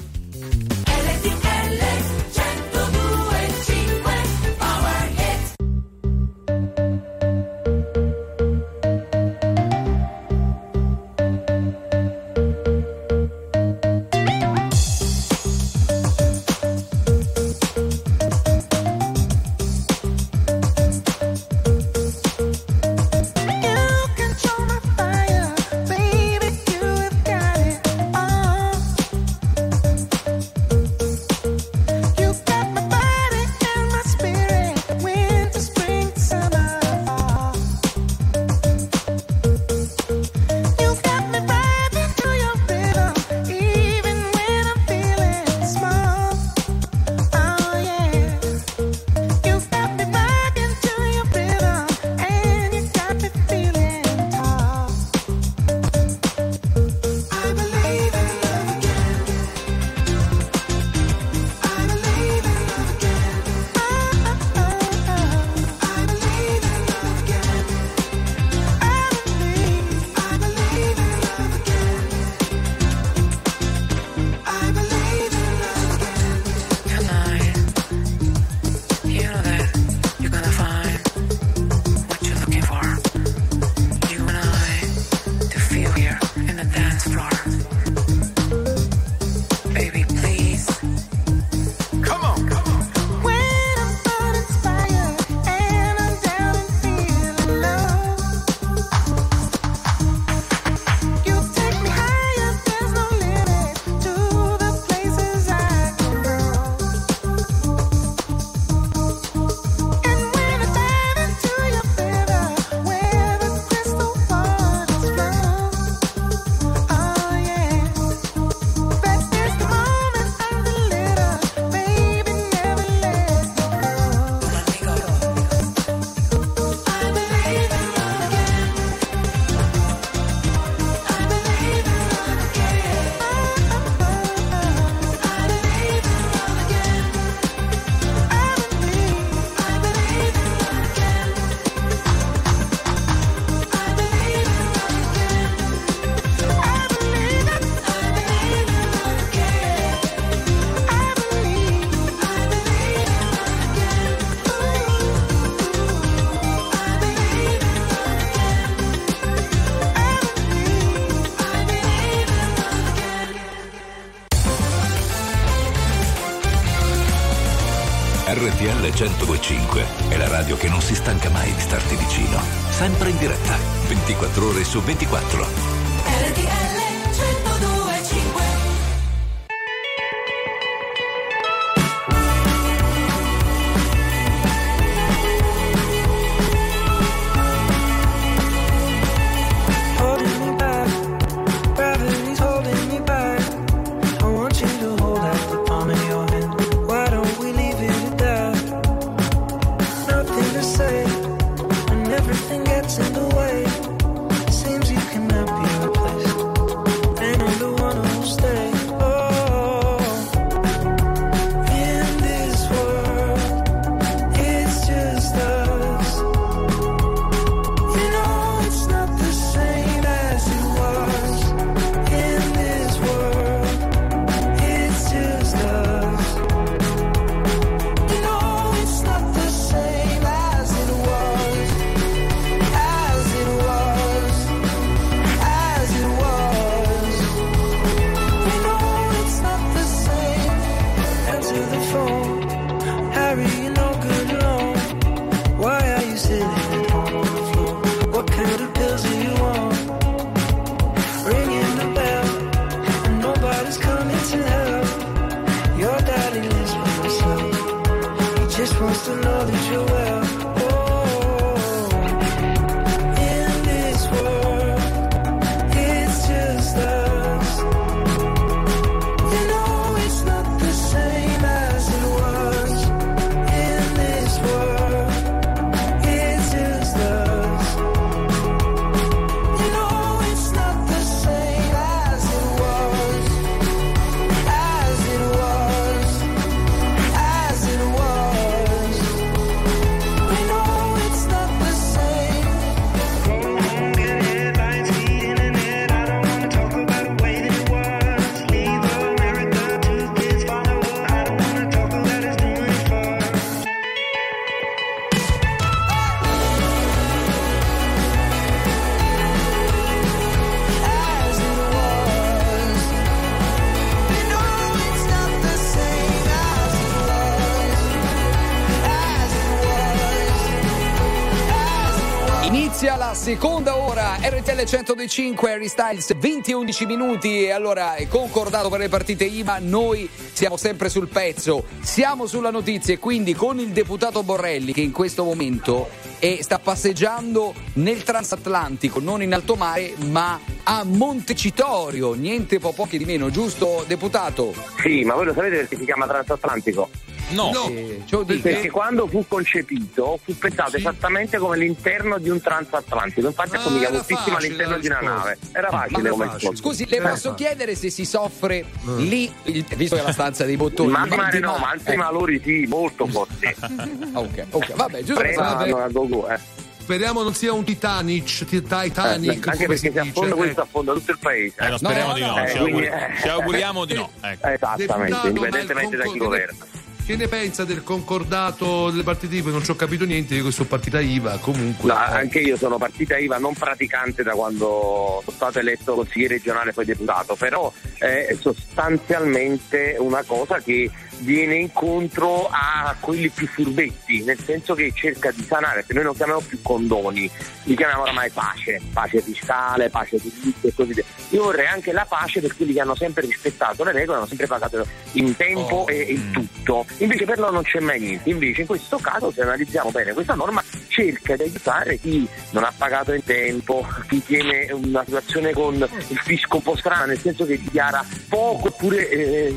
RTL 102.5 è la radio che non si stanca mai di starti vicino. Sempre in diretta, 24 ore su 24. RTL 102.5. Holding me back, gravity's holding me back. I want you to hold out the palm of your hand. Why don't we leave it at that? Nothing to say, and everything gets in the way. Seems you cannot be replaced. seconda ora, RTL 102.5, Harry Styles, 20 e 11 minuti. E allora è concordato per le partite IVA, noi siamo sempre sul pezzo, siamo sulla notizia, e quindi con il deputato Borrelli che in questo momento sta passeggiando nel transatlantico, non in alto mare ma a Montecitorio, niente po' di meno, giusto deputato? Sì, ma voi lo sapete perché si chiama transatlantico? No. Perché quando fu concepito fu pensato esattamente come l'interno di un transatlantico, infatti assomiglia moltissimo all'interno di una nave. Era facile come risposta. Scusi, le posso chiedere se si soffre lì, visto che è la stanza dei bottoni? Ma altri malori sì, molto forti. ok, vabbè, giusto per sapere. Speriamo non sia un Titanic, anche perché se affonda questo affonda tutto il paese. Lo speriamo di no. Ci auguriamo di no. Ecco. Esattamente, indipendentemente da chi governa. Che ne pensa del concordato delle partite IVA? Non ci ho capito niente di questo partita IVA, comunque. No, anche io sono partita IVA non praticante da quando sono stato eletto consigliere regionale e poi deputato, però è sostanzialmente una cosa che viene incontro a quelli più furbetti, nel senso che cerca di sanare, perché noi non chiamiamo più condoni, li chiamiamo oramai pace fiscale, pace di e così via. Io vorrei anche la pace per quelli che hanno sempre rispettato le regole, hanno sempre pagato in tempo e il tutto. Invece per loro non c'è mai niente. Invece in questo caso, se analizziamo bene questa norma, cerca di aiutare chi non ha pagato in tempo, chi tiene una situazione con il fisco un po' strana, nel senso che dichiara poco oppure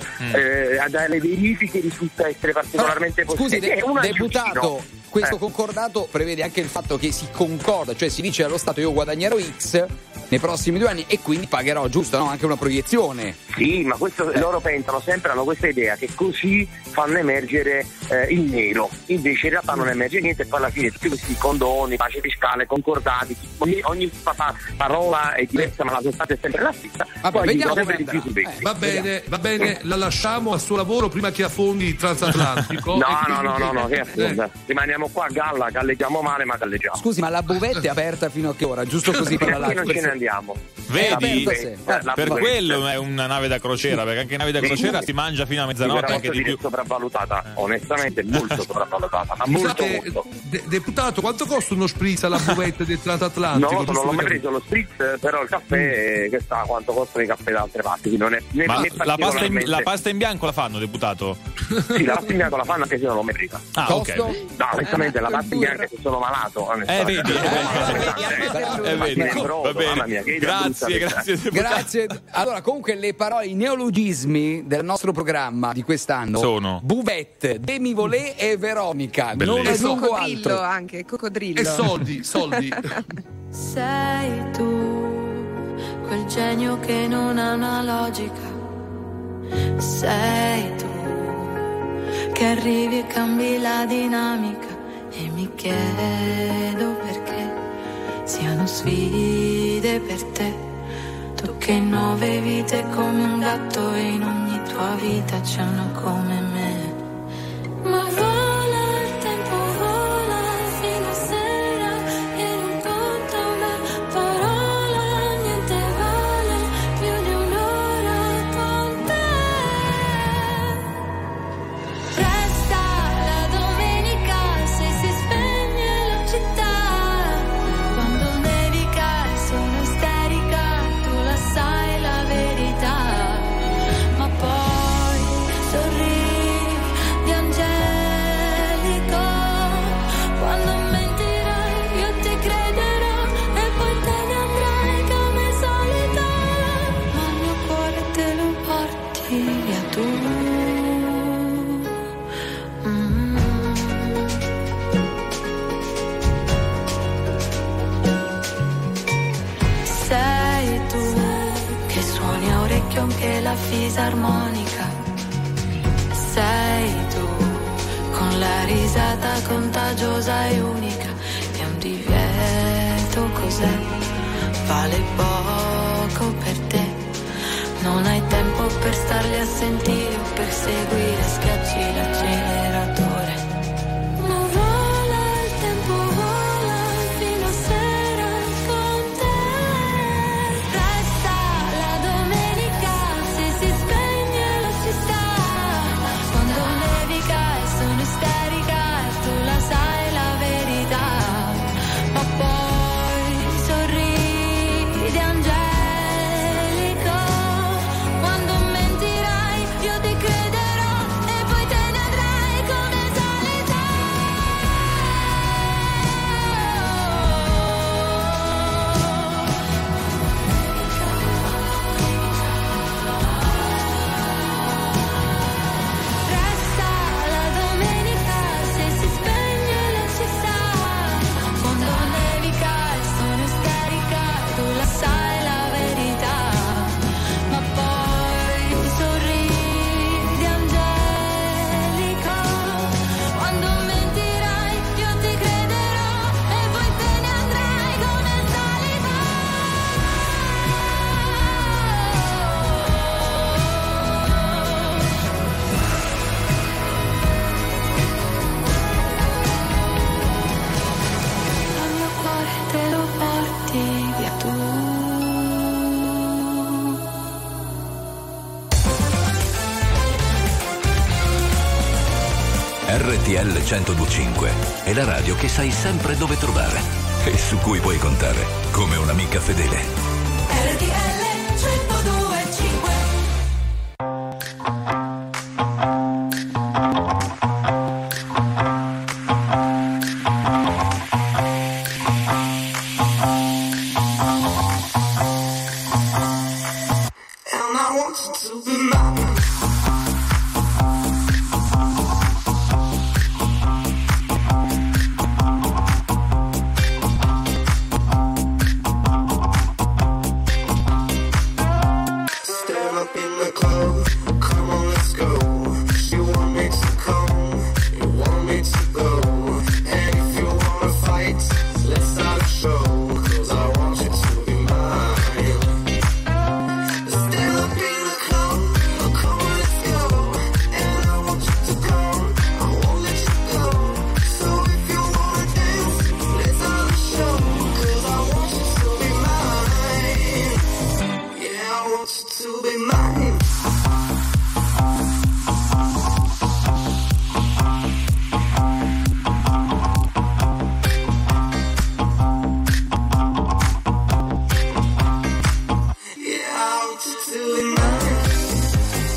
dalle verifiche risulta essere particolarmente positivo. Scusi, deputato, questo concordato prevede anche il fatto che si concorda, cioè si dice allo Stato: io guadagnerò X nei prossimi 2 anni e quindi pagherò, giusto, no? Anche una proiezione. Sì, ma questo loro pensano sempre, hanno questa idea che così fanno emergere il nero, invece in realtà non emerge niente, e poi alla fine tutti questi condoni, pace fiscale, concordati, ogni parola è diversa ma la sostanza è sempre la stessa. Vabbè, vediamo sempre di più su va bene, la lasciamo al suo lavoro prima che affondi il transatlantico. No, che affonda. Rimaniamo qua a galla, galleggiamo male ma galleggiamo. Scusi, ma la buvetta è aperta fino a che ora? Giusto così per la non ce ne andiamo. Vedi? Per quello è una nave da crociera, perché anche navi da crociera si mangia fino a mezzanotte, anche di più. Sopravvalutata, onestamente molto sopravvalutata, ma molto. Deputato, quanto costa uno spritz alla buvetta del transatlantico? Non l'ho mai preso lo spritz, però il caffè che sta quanto costano i caffè da altre parti, quindi non è la pasta in bianco la fanno, deputato? Sì, la pasta in bianco la fanno anche se non l'ho mai presa. Ok. No, onestamente la pasta in bianco se sono malato, vedi. Va bene. Grazie. Allora, comunque le parole, i neologismi del nostro programma di quest'anno sono buvette, demi-volée e Veronica. Bellissimo. Non aggiungo coccodrillo altro. Anche coccodrillo. E soldi. Sei tu, quel genio che non ha una logica. Sei tu, che arrivi e cambi la dinamica. E mi chiedo perché siano sfide per te. Tu che in 9 vite come un gatto, e in ogni tua vita c'è una come me. Ma vola il tempo, vola fino a sera, e non conta una parola, niente vale più di un'ora con te. Resta la domenica se si spegne la città. Quando nevica sono isterica, tu la sai la verità. Ma poi sorridi di angelico. Quando mentirai io ti crederò, e poi te ne andrai come solita. Ma il mio cuore te lo porti via tu. Sei tu che suoni a orecchio anche la fisarmonica. Sei tu con la risata contagiosa e unica. È un divieto, cos'è? Vale poco per te. Non hai tempo per starli a sentire o per seguire, schiacci l'acceleratore. Ma vola il tempo, vola fino a sera con te. Resta la domenica se si spegne la città. Quando nevica e sono isterica, e tu la sai la verità. Ma poi RTL 102.5 è la radio che sai sempre dove trovare e su cui puoi contare come un'amica fedele. RTL 102.5. And I want you to be mine. Stand up in the club, come on, let's go. You want me to come, you want me to go. And if you wanna fight, let's start a show. 'Cause I want you to be mine. Stand up in the club, come on, let's go. And I want you to come, I won't let you go. So if you wanna dance, let's start a show. 'Cause I want you to be mine. Yeah, I want you to be mine. Yeah, I want you to be mine.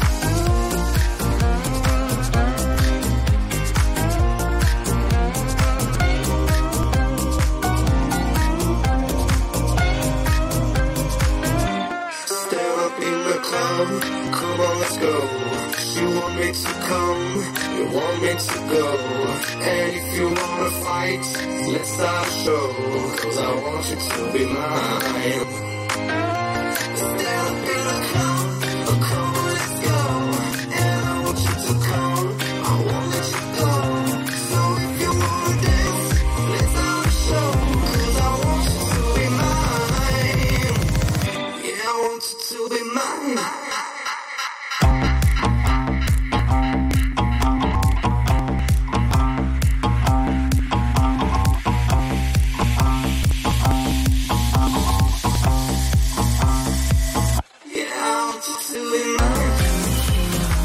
Stand up in the club, come on, let's go. You want me to come, you want me to go. And if you wanna fight, let's start a show. 'Cause I want you to be mine. Stand up in the club, come on, let's go. And I want you to come, I won't let you go. So if you wanna dance, let's start a show. 'Cause I want you to be mine. Yeah, I want you to be mine. Yeah, I want you to be mine.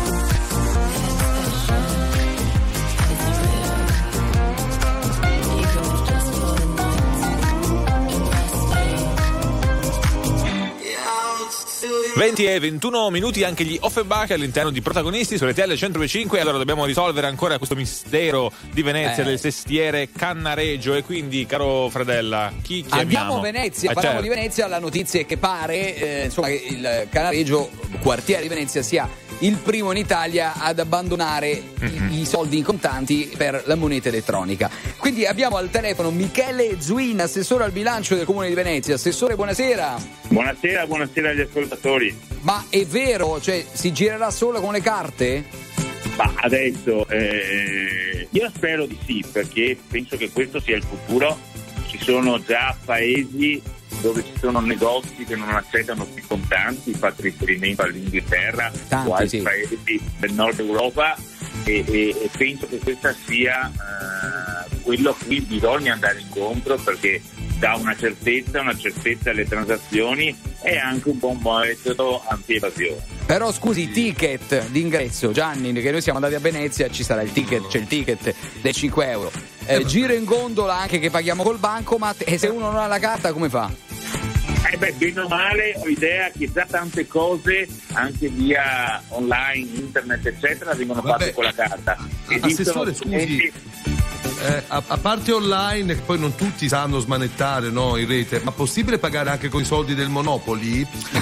Yeah, I want you to be 20 e 21 minuti anche gli Offenbach all'interno di Protagonisti su RTL 102.5. Allora dobbiamo risolvere ancora questo mistero di Venezia del sestiere Cannaregio. E quindi, caro Fredella, chi chiamiamo? Andiamo a Venezia, parliamo certo. di Venezia. La notizia è che pare insomma, che il Cannaregio, quartiere di Venezia, sia il primo in Italia ad abbandonare i soldi in contanti per la moneta elettronica. Quindi abbiamo al telefono Michele Zuin, assessore al bilancio del Comune di Venezia. Assessore, buonasera. Buonasera agli ascoltatori. Ma è vero? Cioè, si girerà solo con le carte? Ma adesso io spero di sì, perché penso che questo sia il futuro. Ci sono già paesi dove ci sono negozi che non accettano più contanti, fate riferimento all'Inghilterra o altri paesi del nord Europa e penso che questa sia quello a cui bisogna andare incontro, perché dà una certezza alle transazioni e anche un buon metodo anti-evasione. Però scusi, i ticket d'ingresso, Gianni, che noi siamo andati a Venezia, ci sarà il ticket, c'è il ticket dei 5 euro. Giro in gondola anche che paghiamo col bancomat, e se uno non ha la carta come fa? Bene o male ho idea che già tante cose anche via online, internet eccetera vengono fatte con la carta. Assessore, scusi, a parte online, che poi non tutti sanno smanettare, no, in rete, ma possibile pagare anche con i soldi del Monopoli?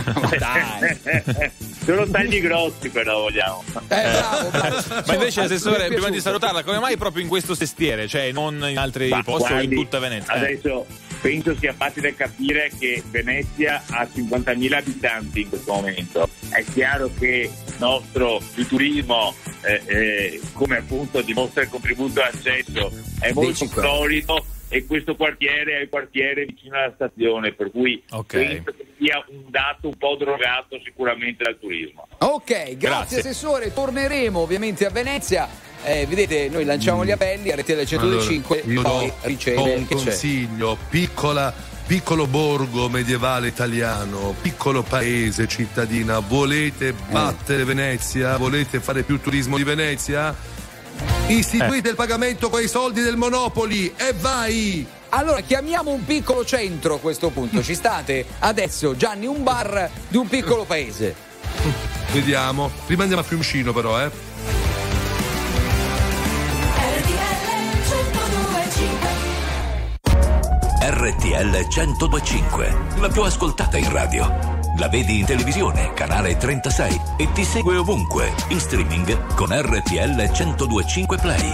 Sono tagli grossi, però vogliamo. Ma invece, assessore, prima di salutarla, come mai proprio in questo sestiere, cioè non in altri posti o in tutta Venezia? Adesso penso sia facile capire che Venezia ha 50.000 abitanti in questo momento. È chiaro che il turismo, come appunto dimostra il contributo all'accesso, è molto solido, e questo quartiere è il quartiere vicino alla stazione, per cui penso che sia un dato un po' drogato sicuramente dal turismo. Ok, grazie assessore, torneremo ovviamente a Venezia. Vedete, noi lanciamo gli appelli, RTL 105, Allora, poi riceve un che c'è? consiglio, piccolo borgo medievale italiano, piccolo paese, cittadina, volete battere Venezia? Volete fare più turismo di Venezia? Istituite il pagamento con i soldi del Monopoli e vai! Allora, chiamiamo un piccolo centro a questo punto. Ci state? Adesso, Gianni, un bar di un piccolo paese. Vediamo. Prima andiamo a Fiumicino, però, RTL 1025, la più ascoltata in radio. La vedi in televisione, canale 36 e ti segue ovunque, in streaming con RTL 1025 Play.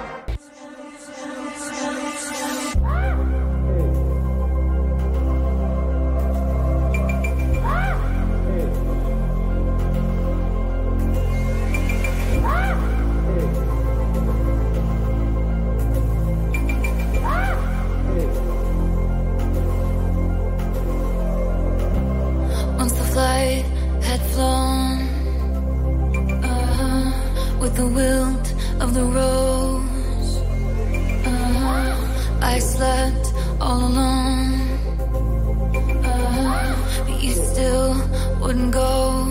With the wilt of the rose, I slept all alone, but you still wouldn't go.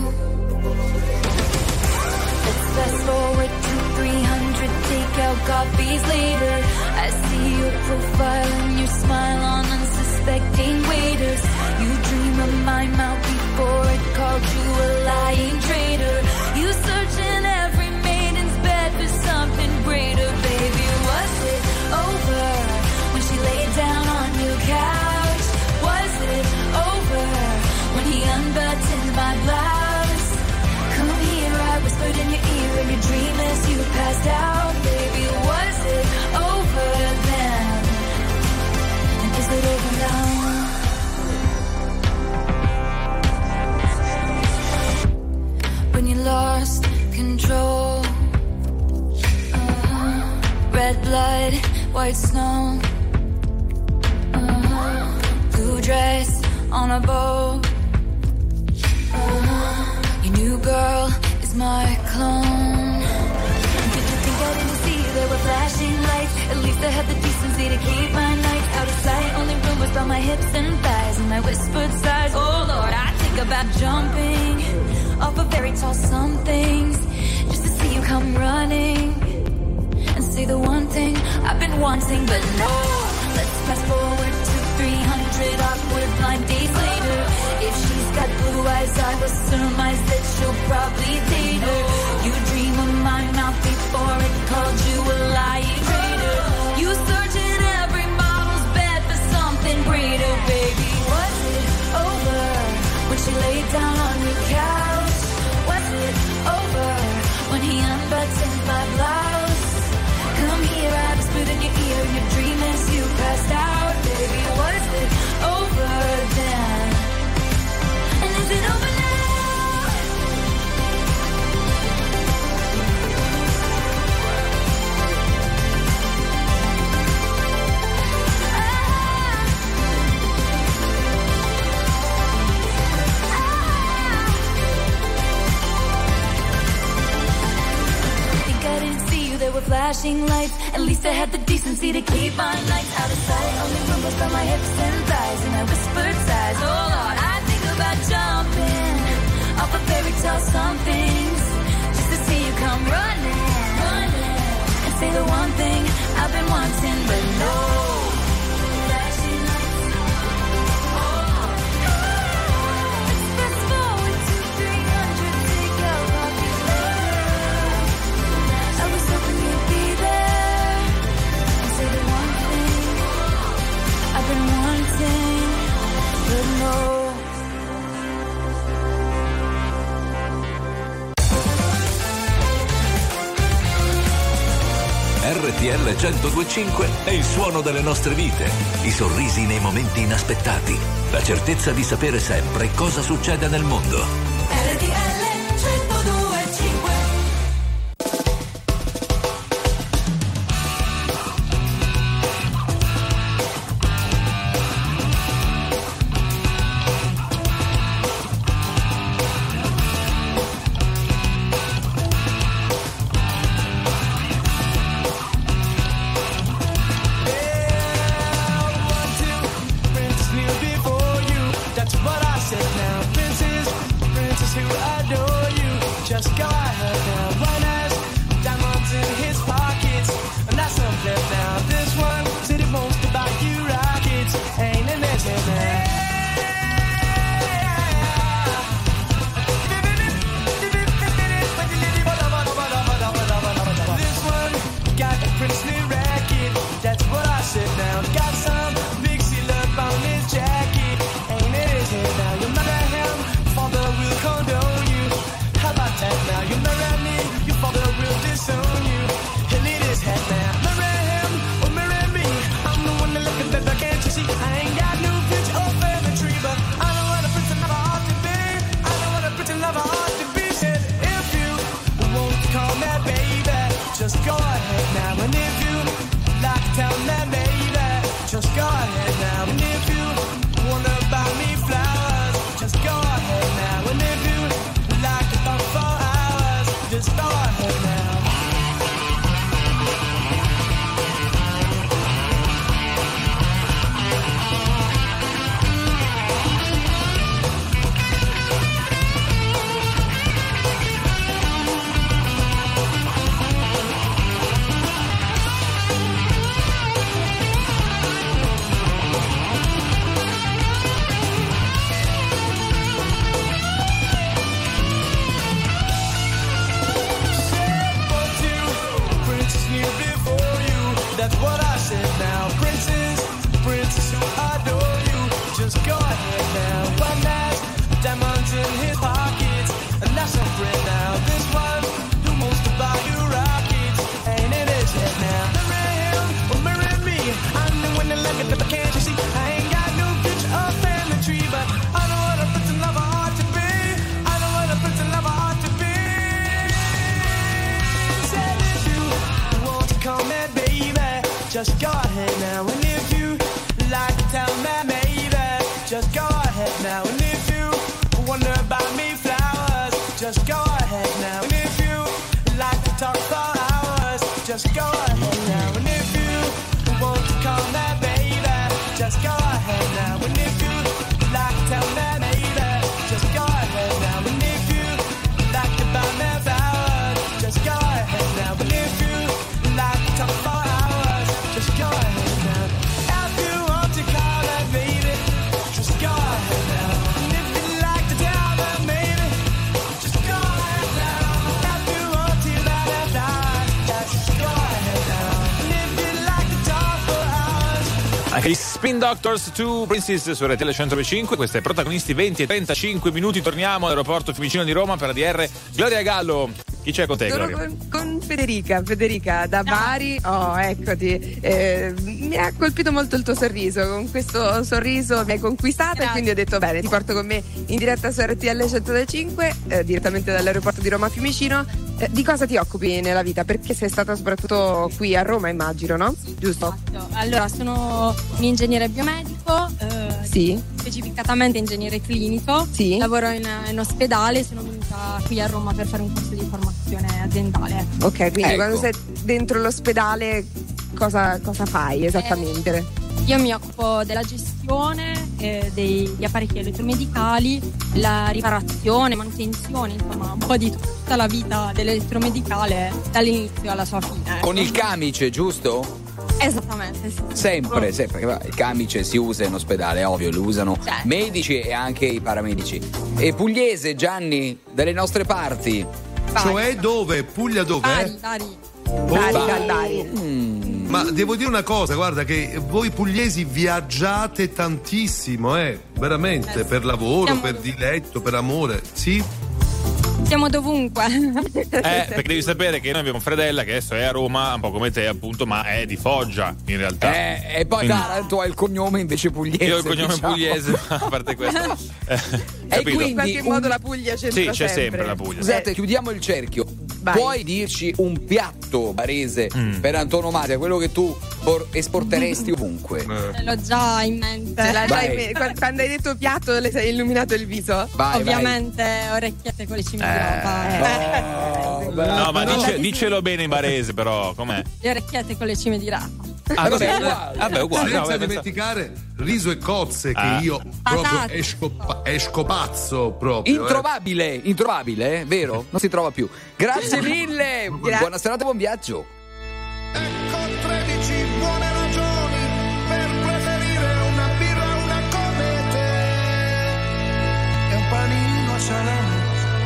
Let's fast forward to 300 takeout coffees later. I see your profile and your smile on unsuspecting waiters. You dream of my mouth before it called you a lying traitor. You search in every maiden's bed for something greater, baby. Was it over when she laid down on your couch? Was it over when he unbuttoned my blouse? Come here, I whispered in your ear in your dream as you passed out, baby. Was it over then? And is it over now? When you lost control, red blood, white snow, blue dress on a boat, your new girl is my clone. Did you think I didn't see there were flashing lights? At least I had the decency to keep my nights out of sight. Only rumors about my hips and thighs and my whispered sighs. Oh Lord, I think about jumping off of very tall somethings just to see you come running and say the one thing I've been wanting, but no. Let's fast forward to 300 awkward blind days later. If she's got blue eyes, I will surmise that she'll probably date her. You dream of my mouth before it called you a lying traitor. You search in every model's bed for something greater, baby. Was it over when she laid down on your couch? Was it over when he unbuttoned my blouse? Come here, I whispered in your ear in your dream as you passed out, baby. Was it over then? And is it over now? There were flashing lights. At least I had the decency to keep my nights out of sight. Only rumors about my hips and thighs and my whispered sighs. Oh Lord, I think about jumping off of fairy tale somethings just to see you come running and say the one thing I've been wanting, but no. Flashing lights. Let's fast forward to 300 takeout coffees later. I was hoping you'd be there and say the one thing I've been wanting, but no. RTL 1025 è il suono delle nostre vite, i sorrisi nei momenti inaspettati, la certezza di sapere sempre cosa succede nel mondo. RTL 1025. Princess, who I Anche gli Spin Doctors to Princess su RTL 105. Queste protagonisti 20 e 35 minuti. Torniamo all'aeroporto Fiumicino di Roma per ADR. Gloria Gallo. Chi c'è con te, Sono Gloria? con Federica da Bari. Oh, eccoti. Mi ha colpito molto il tuo sorriso. Con questo sorriso mi hai conquistata e quindi ho detto bene, ti porto con me in diretta su RTL 105, direttamente dall'aeroporto di Roma Fiumicino. Di cosa ti occupi nella vita? Perché sei stata soprattutto qui a Roma, immagino, no? Giusto? Allora, sono un ingegnere biomedico, Sì. specificatamente ingegnere clinico. Sì. Lavoro in ospedale, sono venuta qui a Roma per fare un corso di formazione aziendale. Ok, quindi Ecco. quando sei dentro l'ospedale cosa fai esattamente? Io mi occupo della gestione degli apparecchi elettromedicali, la riparazione, manutenzione, insomma un po' di tutta la vita dell'elettromedicale dall'inizio alla sua fine. Con il camice, giusto? Esattamente, sì. Sempre. Il camice si usa in ospedale, ovvio, lo usano medici e anche i paramedici. E pugliese, Gianni, dalle nostre parti. Cioè dove? Puglia dove? Bari. Ma devo dire una cosa, guarda che voi pugliesi viaggiate tantissimo, veramente, per lavoro, per diletto, per amore, sì? Siamo dovunque. Perché devi sapere che noi abbiamo Fredella che adesso è a Roma, un po' come te appunto, ma è di Foggia in realtà. E poi Quindi- tu hai il cognome invece pugliese. Io ho il cognome diciamo. pugliese, ma a parte questo. E capito? in qualche modo la Puglia c'entra Sì, c'è sempre la Puglia. Scusate, chiudiamo il cerchio. Puoi dirci un piatto barese per antonomasia, quello che tu esporteresti ovunque? L'ho già in mente. Ce l'hai già Vai. in mente. Quando hai detto piatto le sei illuminato il viso? Vai, Ovviamente orecchiette con le cime di rapa. No, ma dicelo bene in barese, però, com'è? Le orecchiette con le cime di rapa. Ah, così? Vabbè, uguale. Senza No, vabbè, dimenticare riso e cozze, che Ah. io proprio Patate. esco pazzo proprio. Introvabile, vero? Non si trova più. Grazie mille. Buona serata, buon viaggio. 13 buone ragioni per preferire una birra, una come te e un panino salame.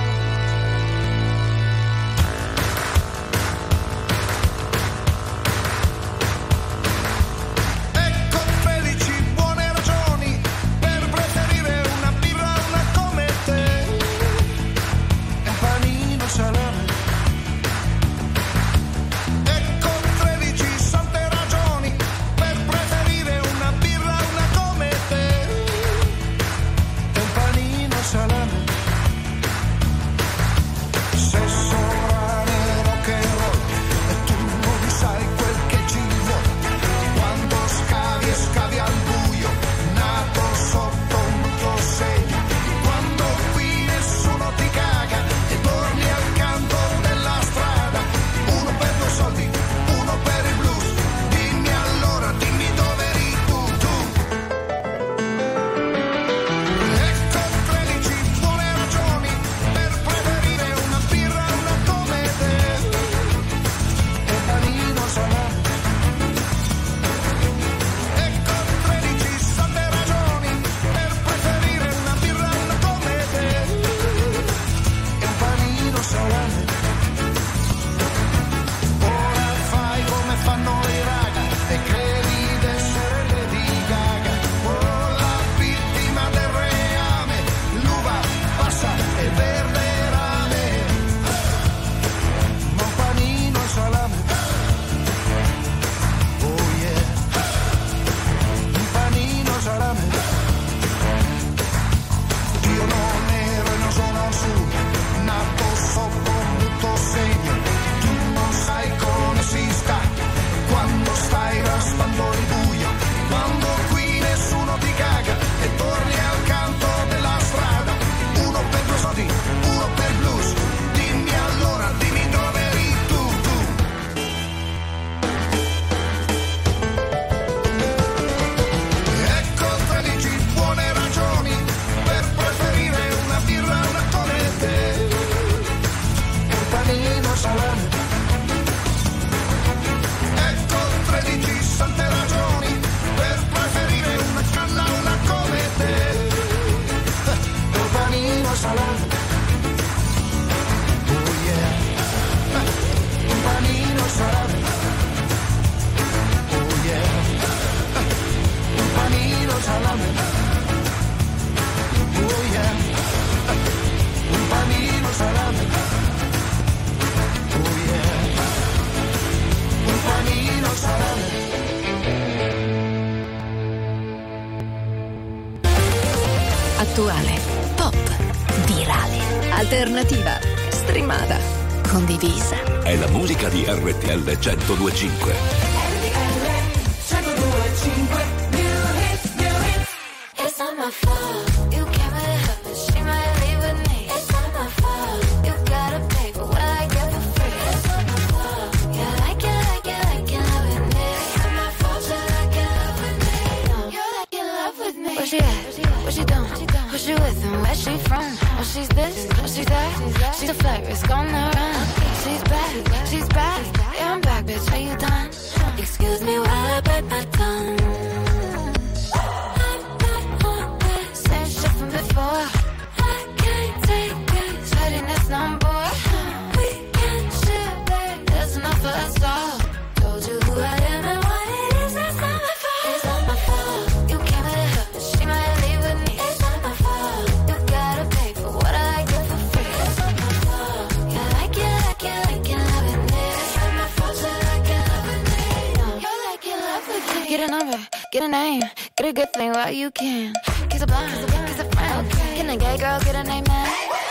Ecco 13 buone ragioni per preferire una birra, una come te e un panino salame. Ecco 13 sante ragioni per preferire una birra, una come te e un panino salame. Attuale, pop, virale, alternativa, streamata, condivisa. È la musica di RTL 102.5. It's not my fault. You came with her, but she might leave with me. It's not my fault. You gotta pay for what I get for free. It's not my fault. You like it, love with me. It's not my fault. You like it, love with me. You like it, love with me. Where she at? What she doing? Who she with and where she from? Oh, she's this, oh, she's that. She's a flight risk on the run. She's back. Yeah, I'm back, bitch. Are you done? Excuse me while I bite my tongue. Same shit from before. I can't take it. Sweating this number. We can't share, babe. There's enough for us all. Told you who I am and what it is. That's not my fault. It's not my fault. You came with her, but she might leave with me. It's not my fault. You gotta pay for what I get for free. It's not my fault. You like it, love with me. It's not my fault. You like it, love with me. You like it, love with me. Get a number, get a name, get a good thing while you can. Kiss a blind, kiss a friend. Get a gay girl, get a name, man.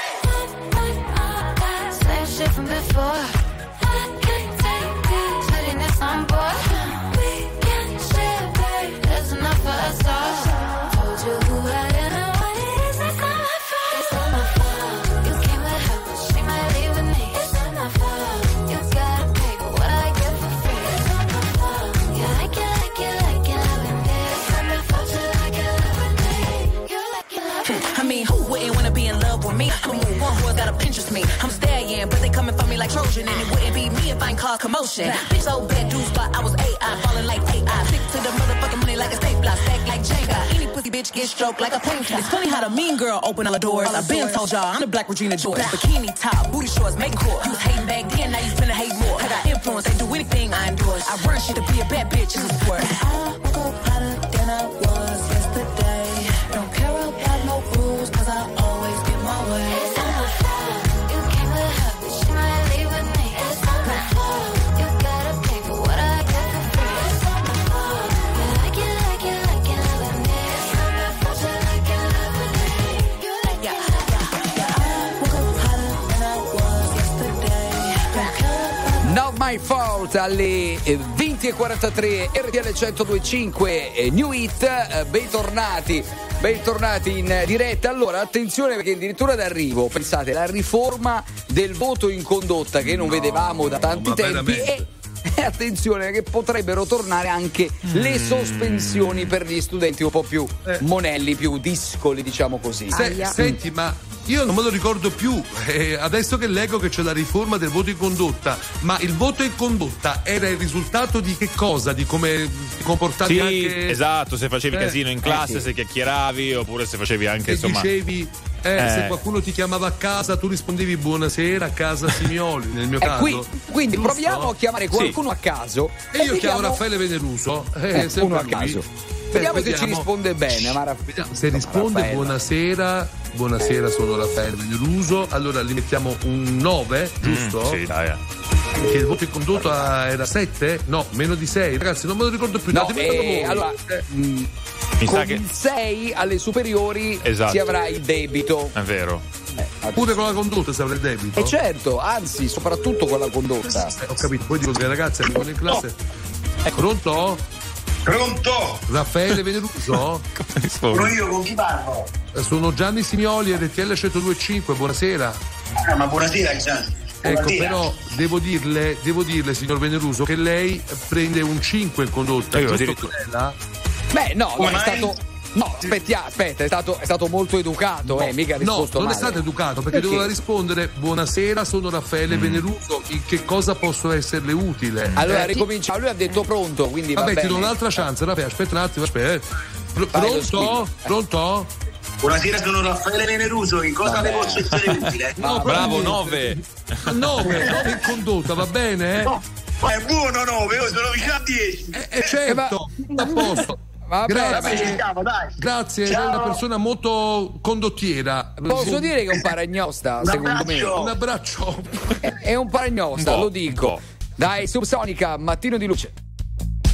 Same shit from before. I can't take it. Sweating this on board. We can share, babe. There's enough for us all. Told you who I am and what it is. That's not my fault. It's not my fault. You came with her, but she might leave with me. It's not my fault. You gotta pay for what I get for free. It's not my fault. You like it, love with me. It's not my fault. You like it, love with me. You like it, love with me. I mean, who wouldn't wanna be in love with me? I'm the one who's gotta Pinterest me. I'm staying, but they coming for me like Trojan, and it wouldn't be me if I ain't cause commotion. Bitch, so bad, dudes thought I was AI, falling like AI. Stick to the motherfucking money like a stapler, stack like Jenga. Any pussy bitch get stroked like a painter. It's funny how the mean girl open all the doors. I've been told y'all I'm the Black Regina George. Bikini top, booty shorts, make cool. You was hating back then, now you finna hate more. I got influence, they do anything I endorse. I run shit to be a bad bitch, it's a sport. I woke up hotter than I was yesterday. Don't care about no rules, cause I always get my way. It's not my fault. You came with her, but she might leave with me. It's not my fault. You gotta pay for what I get for free. It's not my fault. You like it, love with me. It's not my fault. You like it, love with me. You like it, love with me. I woke up hotter than I was yesterday. Don't care about Not My Fault alle 20:43 RTL 102.5 New Hit, bentornati in diretta. Allora attenzione, perché addirittura d'arrivo, pensate, la riforma del voto in condotta che non vedevamo da tanti tempi e attenzione che potrebbero tornare anche le sospensioni per gli studenti un po' più monelli, più discoli, diciamo così. Senti, ma io non me lo ricordo più, adesso che leggo che c'è la riforma del voto in condotta, ma il voto in condotta era il risultato di che cosa? Di come ti comportavi Sì, anche... esatto, se facevi casino in classe, se chiacchieravi, oppure se facevi anche, Se insomma... dicevi, se qualcuno ti chiamava a casa, tu rispondevi buonasera a casa Simioli, nel mio caso. Quindi Giusto? proviamo a chiamare qualcuno a caso. E io chiamo Raffaele Veneruso. Uno a caso. Vediamo se ci risponde bene. Se risponde Raffaella. buonasera, sono Raffaele Veneruso. Allora gli mettiamo un 9, giusto? Sì, dai. Perché il voto in condotta era 7? No, meno di 6. Ragazzi, non me lo ricordo più. No, Datemelo voi. allora, Mi con sa che... il 6 alle superiori Esatto. si avrà il debito. È vero. Pure con la condotta si avrà il debito? E certo, anzi, soprattutto con la condotta. Ho capito, poi dico che le ragazze arrivano in classe. Pronto? Pronto? Raffaele Veneruso? Sono io, con chi parlo? Sono Gianni Simioli, RTL 102.5, buonasera. Ma buonasera Gianni. Ecco, Buonasera. però devo dirle, signor Veneruso, che lei prende un 5 in condotta. Io Giusto, Corella? Beh, no, Come è mai? stato. No, aspetta, è stato molto educato, mica ha risposto non male. è stato educato perché doveva rispondere buonasera, sono Raffaele Veneruso, in che cosa posso esserle utile? Allora ricominciamo, lui ha detto pronto, quindi va Vabbè, bene. ti do un'altra chance, Raffaele, aspetta un attimo, aspetta. Pronto? Pronto? Buonasera, sono Raffaele Veneruso, in cosa le posso essere utile? No, bravo, 9. 9 in condotta, va bene? Ma è buono 9, io sono vicino a 10. Certo, a posto. Vabbè, ci siamo, dai. Grazie, Ciao. è una persona molto condottiera. Posso dire che è un paragnosta, secondo me. Un abbraccio. È un paragnosta, lo dico. Dai, Subsonica, mattino di luce.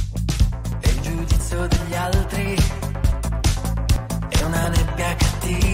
E il giudizio degli altri è una nebbia cattiva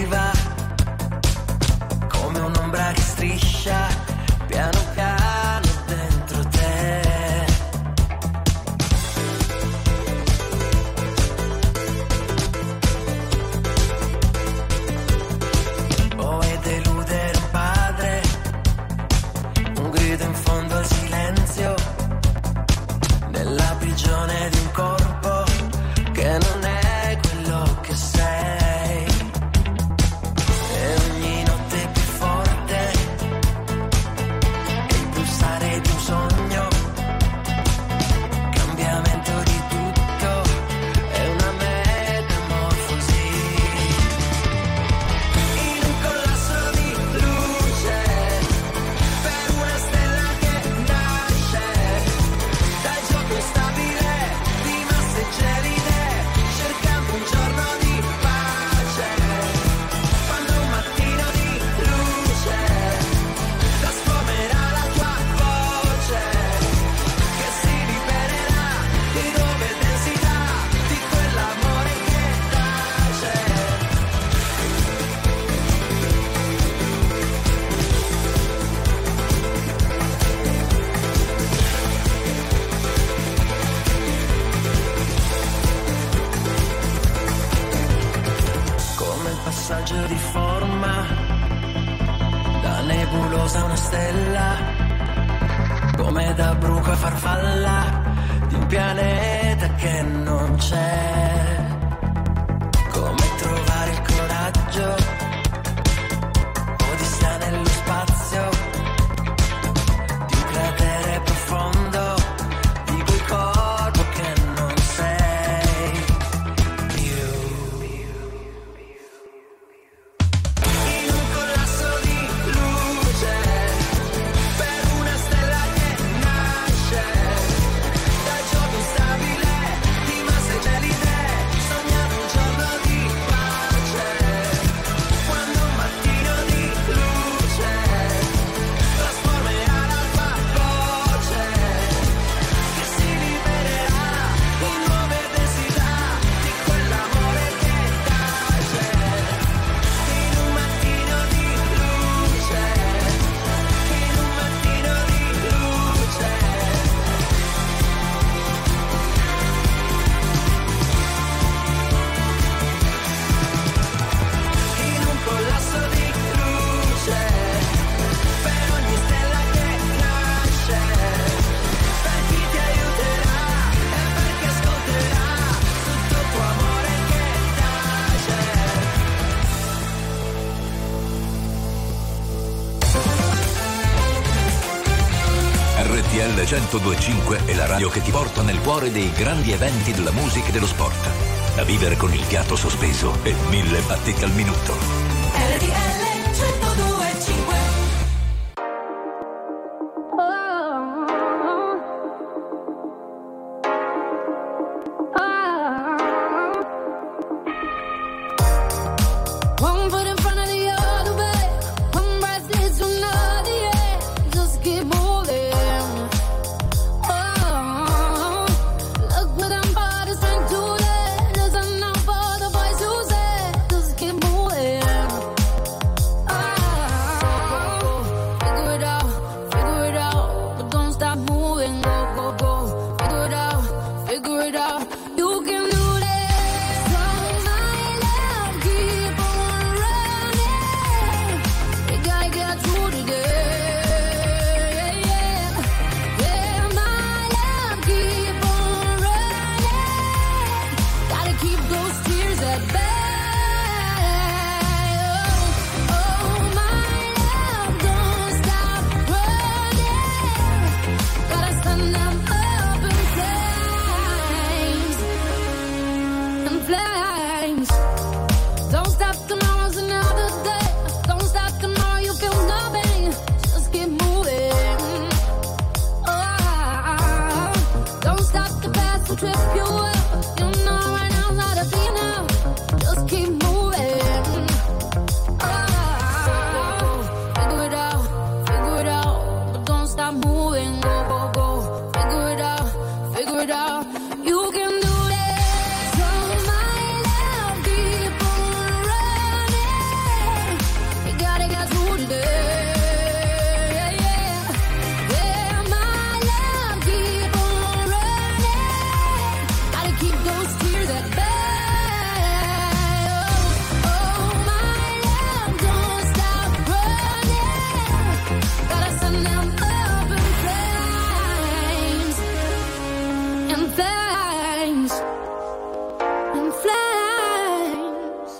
trasforma da nebulosa una stella, come da bruco a farfalla di un pianeta che non c'è. Come trovare il coraggio, odissea nello spazio, di un cratere profondo, di quel corpo che non sei più. In un collasso di luce, per una stella che nasce dal gioco instabile di masse gelide, sognando un giorno di pace, quando un mattino di luce trasformerà l'alfa voce che si libererà in nuove densità di quell'amore che tace. In un mattino di luce, in un mattino di luce. In un collasso di luce, per ogni stella che nasce, per chi ti aiuterà e perché ascolterà tutto il tuo amore che tace. RTL 102.5 è la radio che ti porta nel cuore dei grandi eventi della musica e dello sport. Da vivere con il fiato sospeso e 1000 battiti al minuto. RTL 102.5. One foot in front of the other, babe. One breath leads to another, yeah. Just keep moving. Oh, look what I'm about to sing to them. There's enough for the boys who say, just keep moving. Oh, figure it out, but don't stop moving. Go, go, go, figure it out. You can do this. So my love, keep on running. We gotta get through today. Yeah, my love, keep on running. Gotta keep those tears at bay. Oh, my love, don't stop running. Gotta send them up in flames. In flames. Don't stop, tomorrow's another day. Don't stop, tomorrow you feel nothing. Just keep moving. Oh, don't stop, the past will trip you up. You know right now how to be now. Just keep moving. Oh, figure it out, but don't stop moving. Go, go, go, figure it out. You can do this. So my love, keep on running. We gotta get through today. Yeah, my love, keep on running. Gotta keep those tears at bay. Oh, my love, don't stop running. Gotta send them up in flames. In flames. In flames.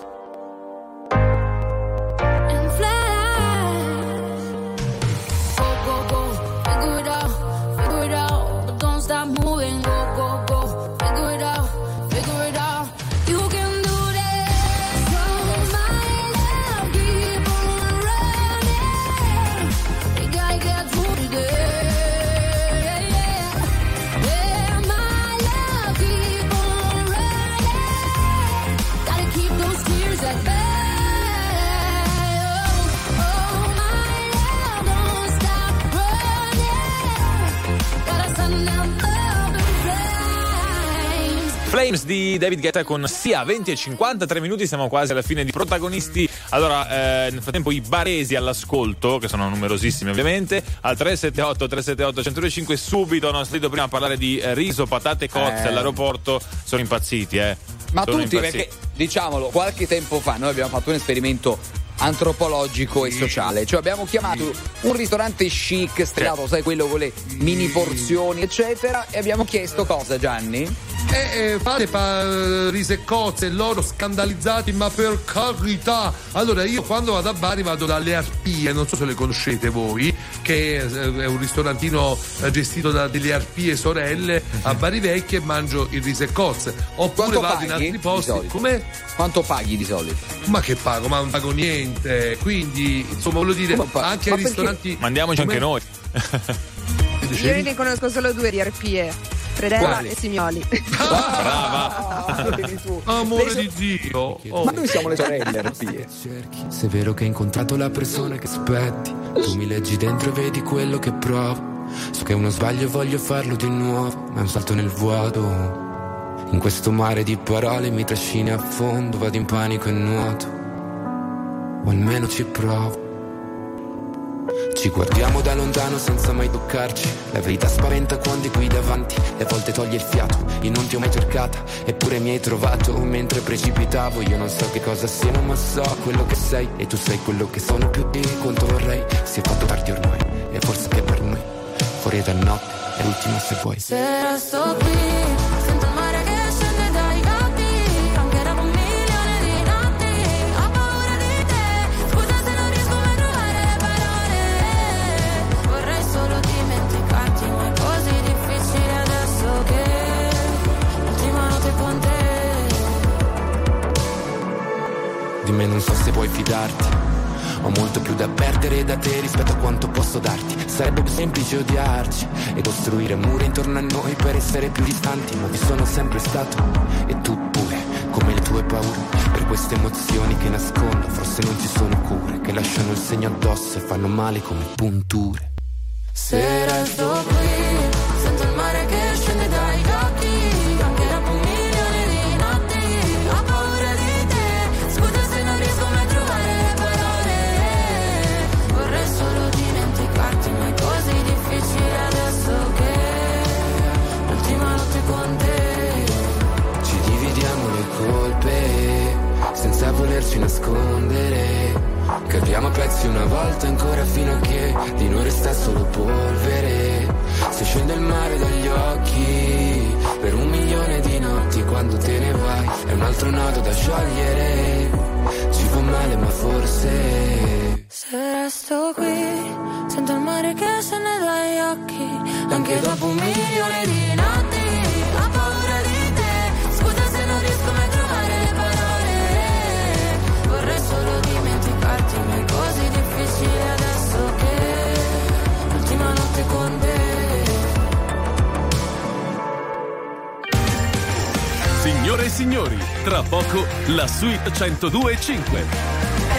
In flames. Go, go, go, figure it out, but don't stop moving. Go, go, go, figure it out, you can do this. So my love, keep on running. We gotta get through today. Yeah, my love, keep on running. Gotta keep those tears at bay. Oh, my love, don't stop running. Gotta send them up in flames. Flames di David Guetta con Sia, 20:53 minuti, siamo quasi alla fine di Protagonisti. Allora, nel frattempo i baresi all'ascolto, che sono numerosissimi ovviamente, al 378-378-1025, subito, non ho sentito prima parlare di riso, patate cozze all'aeroporto, sono impazziti, Ma sono tutti, impazziti. perché diciamolo, qualche tempo fa noi abbiamo fatto un esperimento antropologico e sociale. Cioè abbiamo chiamato un ristorante chic, stellato, sai, quello con le mini porzioni eccetera, e abbiamo chiesto cosa, Gianni? Fate riso e cozze, loro scandalizzati, ma per carità. Allora io quando vado a Bari vado dalle Arpie, non so se le conoscete voi, che è un ristorantino gestito da delle Arpie sorelle a Bari Vecchie, e mangio il riso e cozze. Oppure Quanto vado paghi in altri posti. Come? Quanto paghi di solito? Ma che pago? Ma non pago niente. Quindi insomma voglio dire, anche ai ristoranti. Mandiamoci anche noi. Io ne conosco solo due di Arpie, Fredella Quali? e Simioli. Amore di Dio. Ma noi siamo le sorelle Arpie. Se è vero che hai incontrato la persona che aspetti, tu mi leggi dentro e vedi quello che provo. So che è uno sbaglio e voglio farlo di nuovo, ma è un salto nel vuoto. In questo mare di parole mi trascini a fondo, vado in panico e nuoto, o almeno ci provo. Ci guardiamo da lontano senza mai toccarci. La verità spaventa quando è qui davanti, e a volte toglie il fiato. Io non ti ho mai cercata, eppure mi hai trovato. Mentre precipitavo io non so che cosa siano, ma so quello che sei, e tu sei quello che sono più di quanto vorrei. Si è fatto tardi ormai, e forse che per noi fuori da notte è l'ultima se vuoi. Se resto qui, sento il mare che scende dai gatti, anche dopo un milione di notti, ho paura di te, scusa se non riesco mai a trovare le parole, vorrei solo dimenticarti, ma è così difficile adesso che l'ultima notte con te. Di me non so se puoi fidarti, ho molto più da perdere da te rispetto a quanto posso darti. Sarebbe più semplice odiarci e costruire mura intorno a noi per essere più distanti, ma vi sono sempre stato, e tu pure, come le tue paure. Per queste emozioni che nascondo forse non ci sono cure, che lasciano il segno addosso e fanno male come punture. Se resto qui, sento il mare che scende dai occhi, anche dopo un milione di notti, ho paura di te, scusa se non riesco mai a trovare le parole, vorrei solo dimenticarti, ma è così difficile adesso che l'ultima notte con te. Ci dividiamo le colpe senza volerci nascondere, cadiamo a pezzi una volta ancora fino a che di noi resta solo polvere. Se scende il mare dagli occhi per un milione di notti, quando te ne vai è un altro nodo da sciogliere. Ci fa male ma forse Se resto qui, sento il mare che scende dagli occhi, anche dopo un milione di notti, ho paura di te, scusa se non riesco mai a trovare le parole, vorrei solo dimenticarti, ma è così difficile adesso che l'ultima notte con te. Signore e signori, tra poco la Suite 102.5.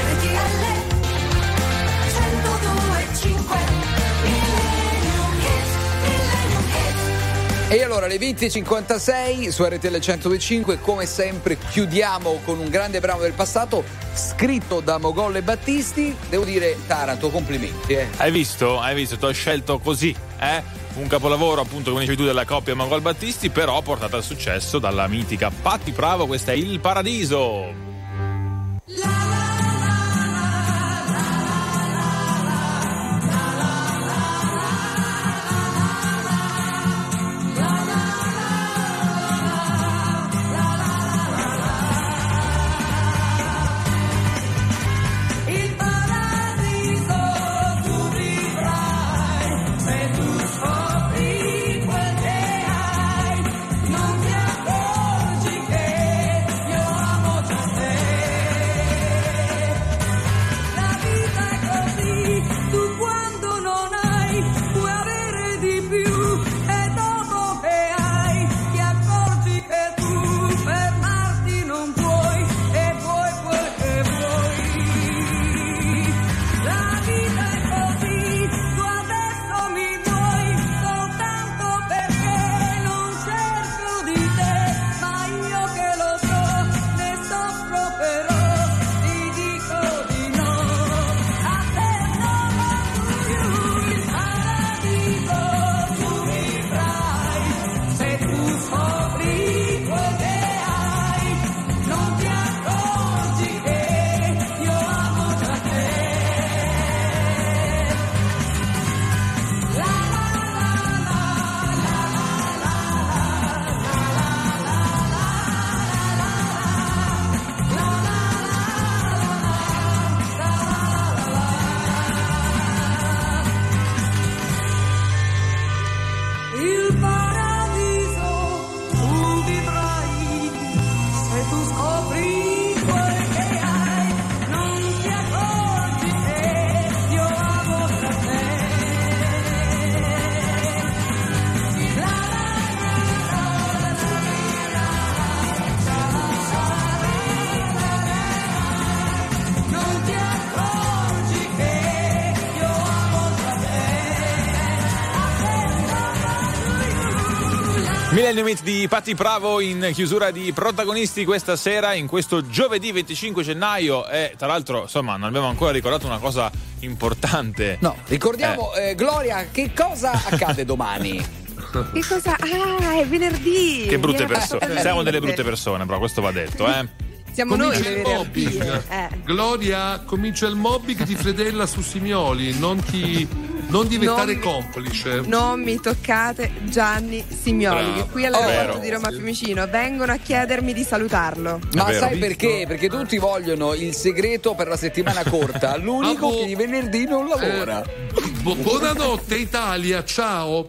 E allora alle 20.56 su RTL 102.5, come sempre chiudiamo con un grande brano del passato scritto da Mogol e Battisti. Devo dire, Taranto, complimenti. Hai visto? Ti ho scelto così, un capolavoro, appunto, come dicevi tu, della coppia Mogol Battisti, però portata al successo dalla mitica Patti Bravo. Questa è Il Paradiso. Non ti accorgi che io amo già te. Millennium Hit di Patti Bravo in chiusura di Protagonisti questa sera, in questo giovedì 25 gennaio. E tra l'altro, insomma, non abbiamo ancora ricordato una cosa importante. No, ricordiamo, Gloria, che cosa accade domani? Che cosa? Ah, è venerdì! Che brutte persone. Siamo delle brutte persone, però questo va detto, Siamo Comincia noi il le mobbing. venerdì. Gloria, comincia il mobbing di Fredella su Simioli, non diventare complice. Non mi toccate Gianni Simioli, Bravo. che qui all'aeroporto Vero. di Roma Fiumicino vengono a chiedermi di salutarlo. Ma sai perché? Perché tutti vogliono il segreto per la settimana corta, l'unico che di venerdì non lavora. Buonanotte Italia, ciao.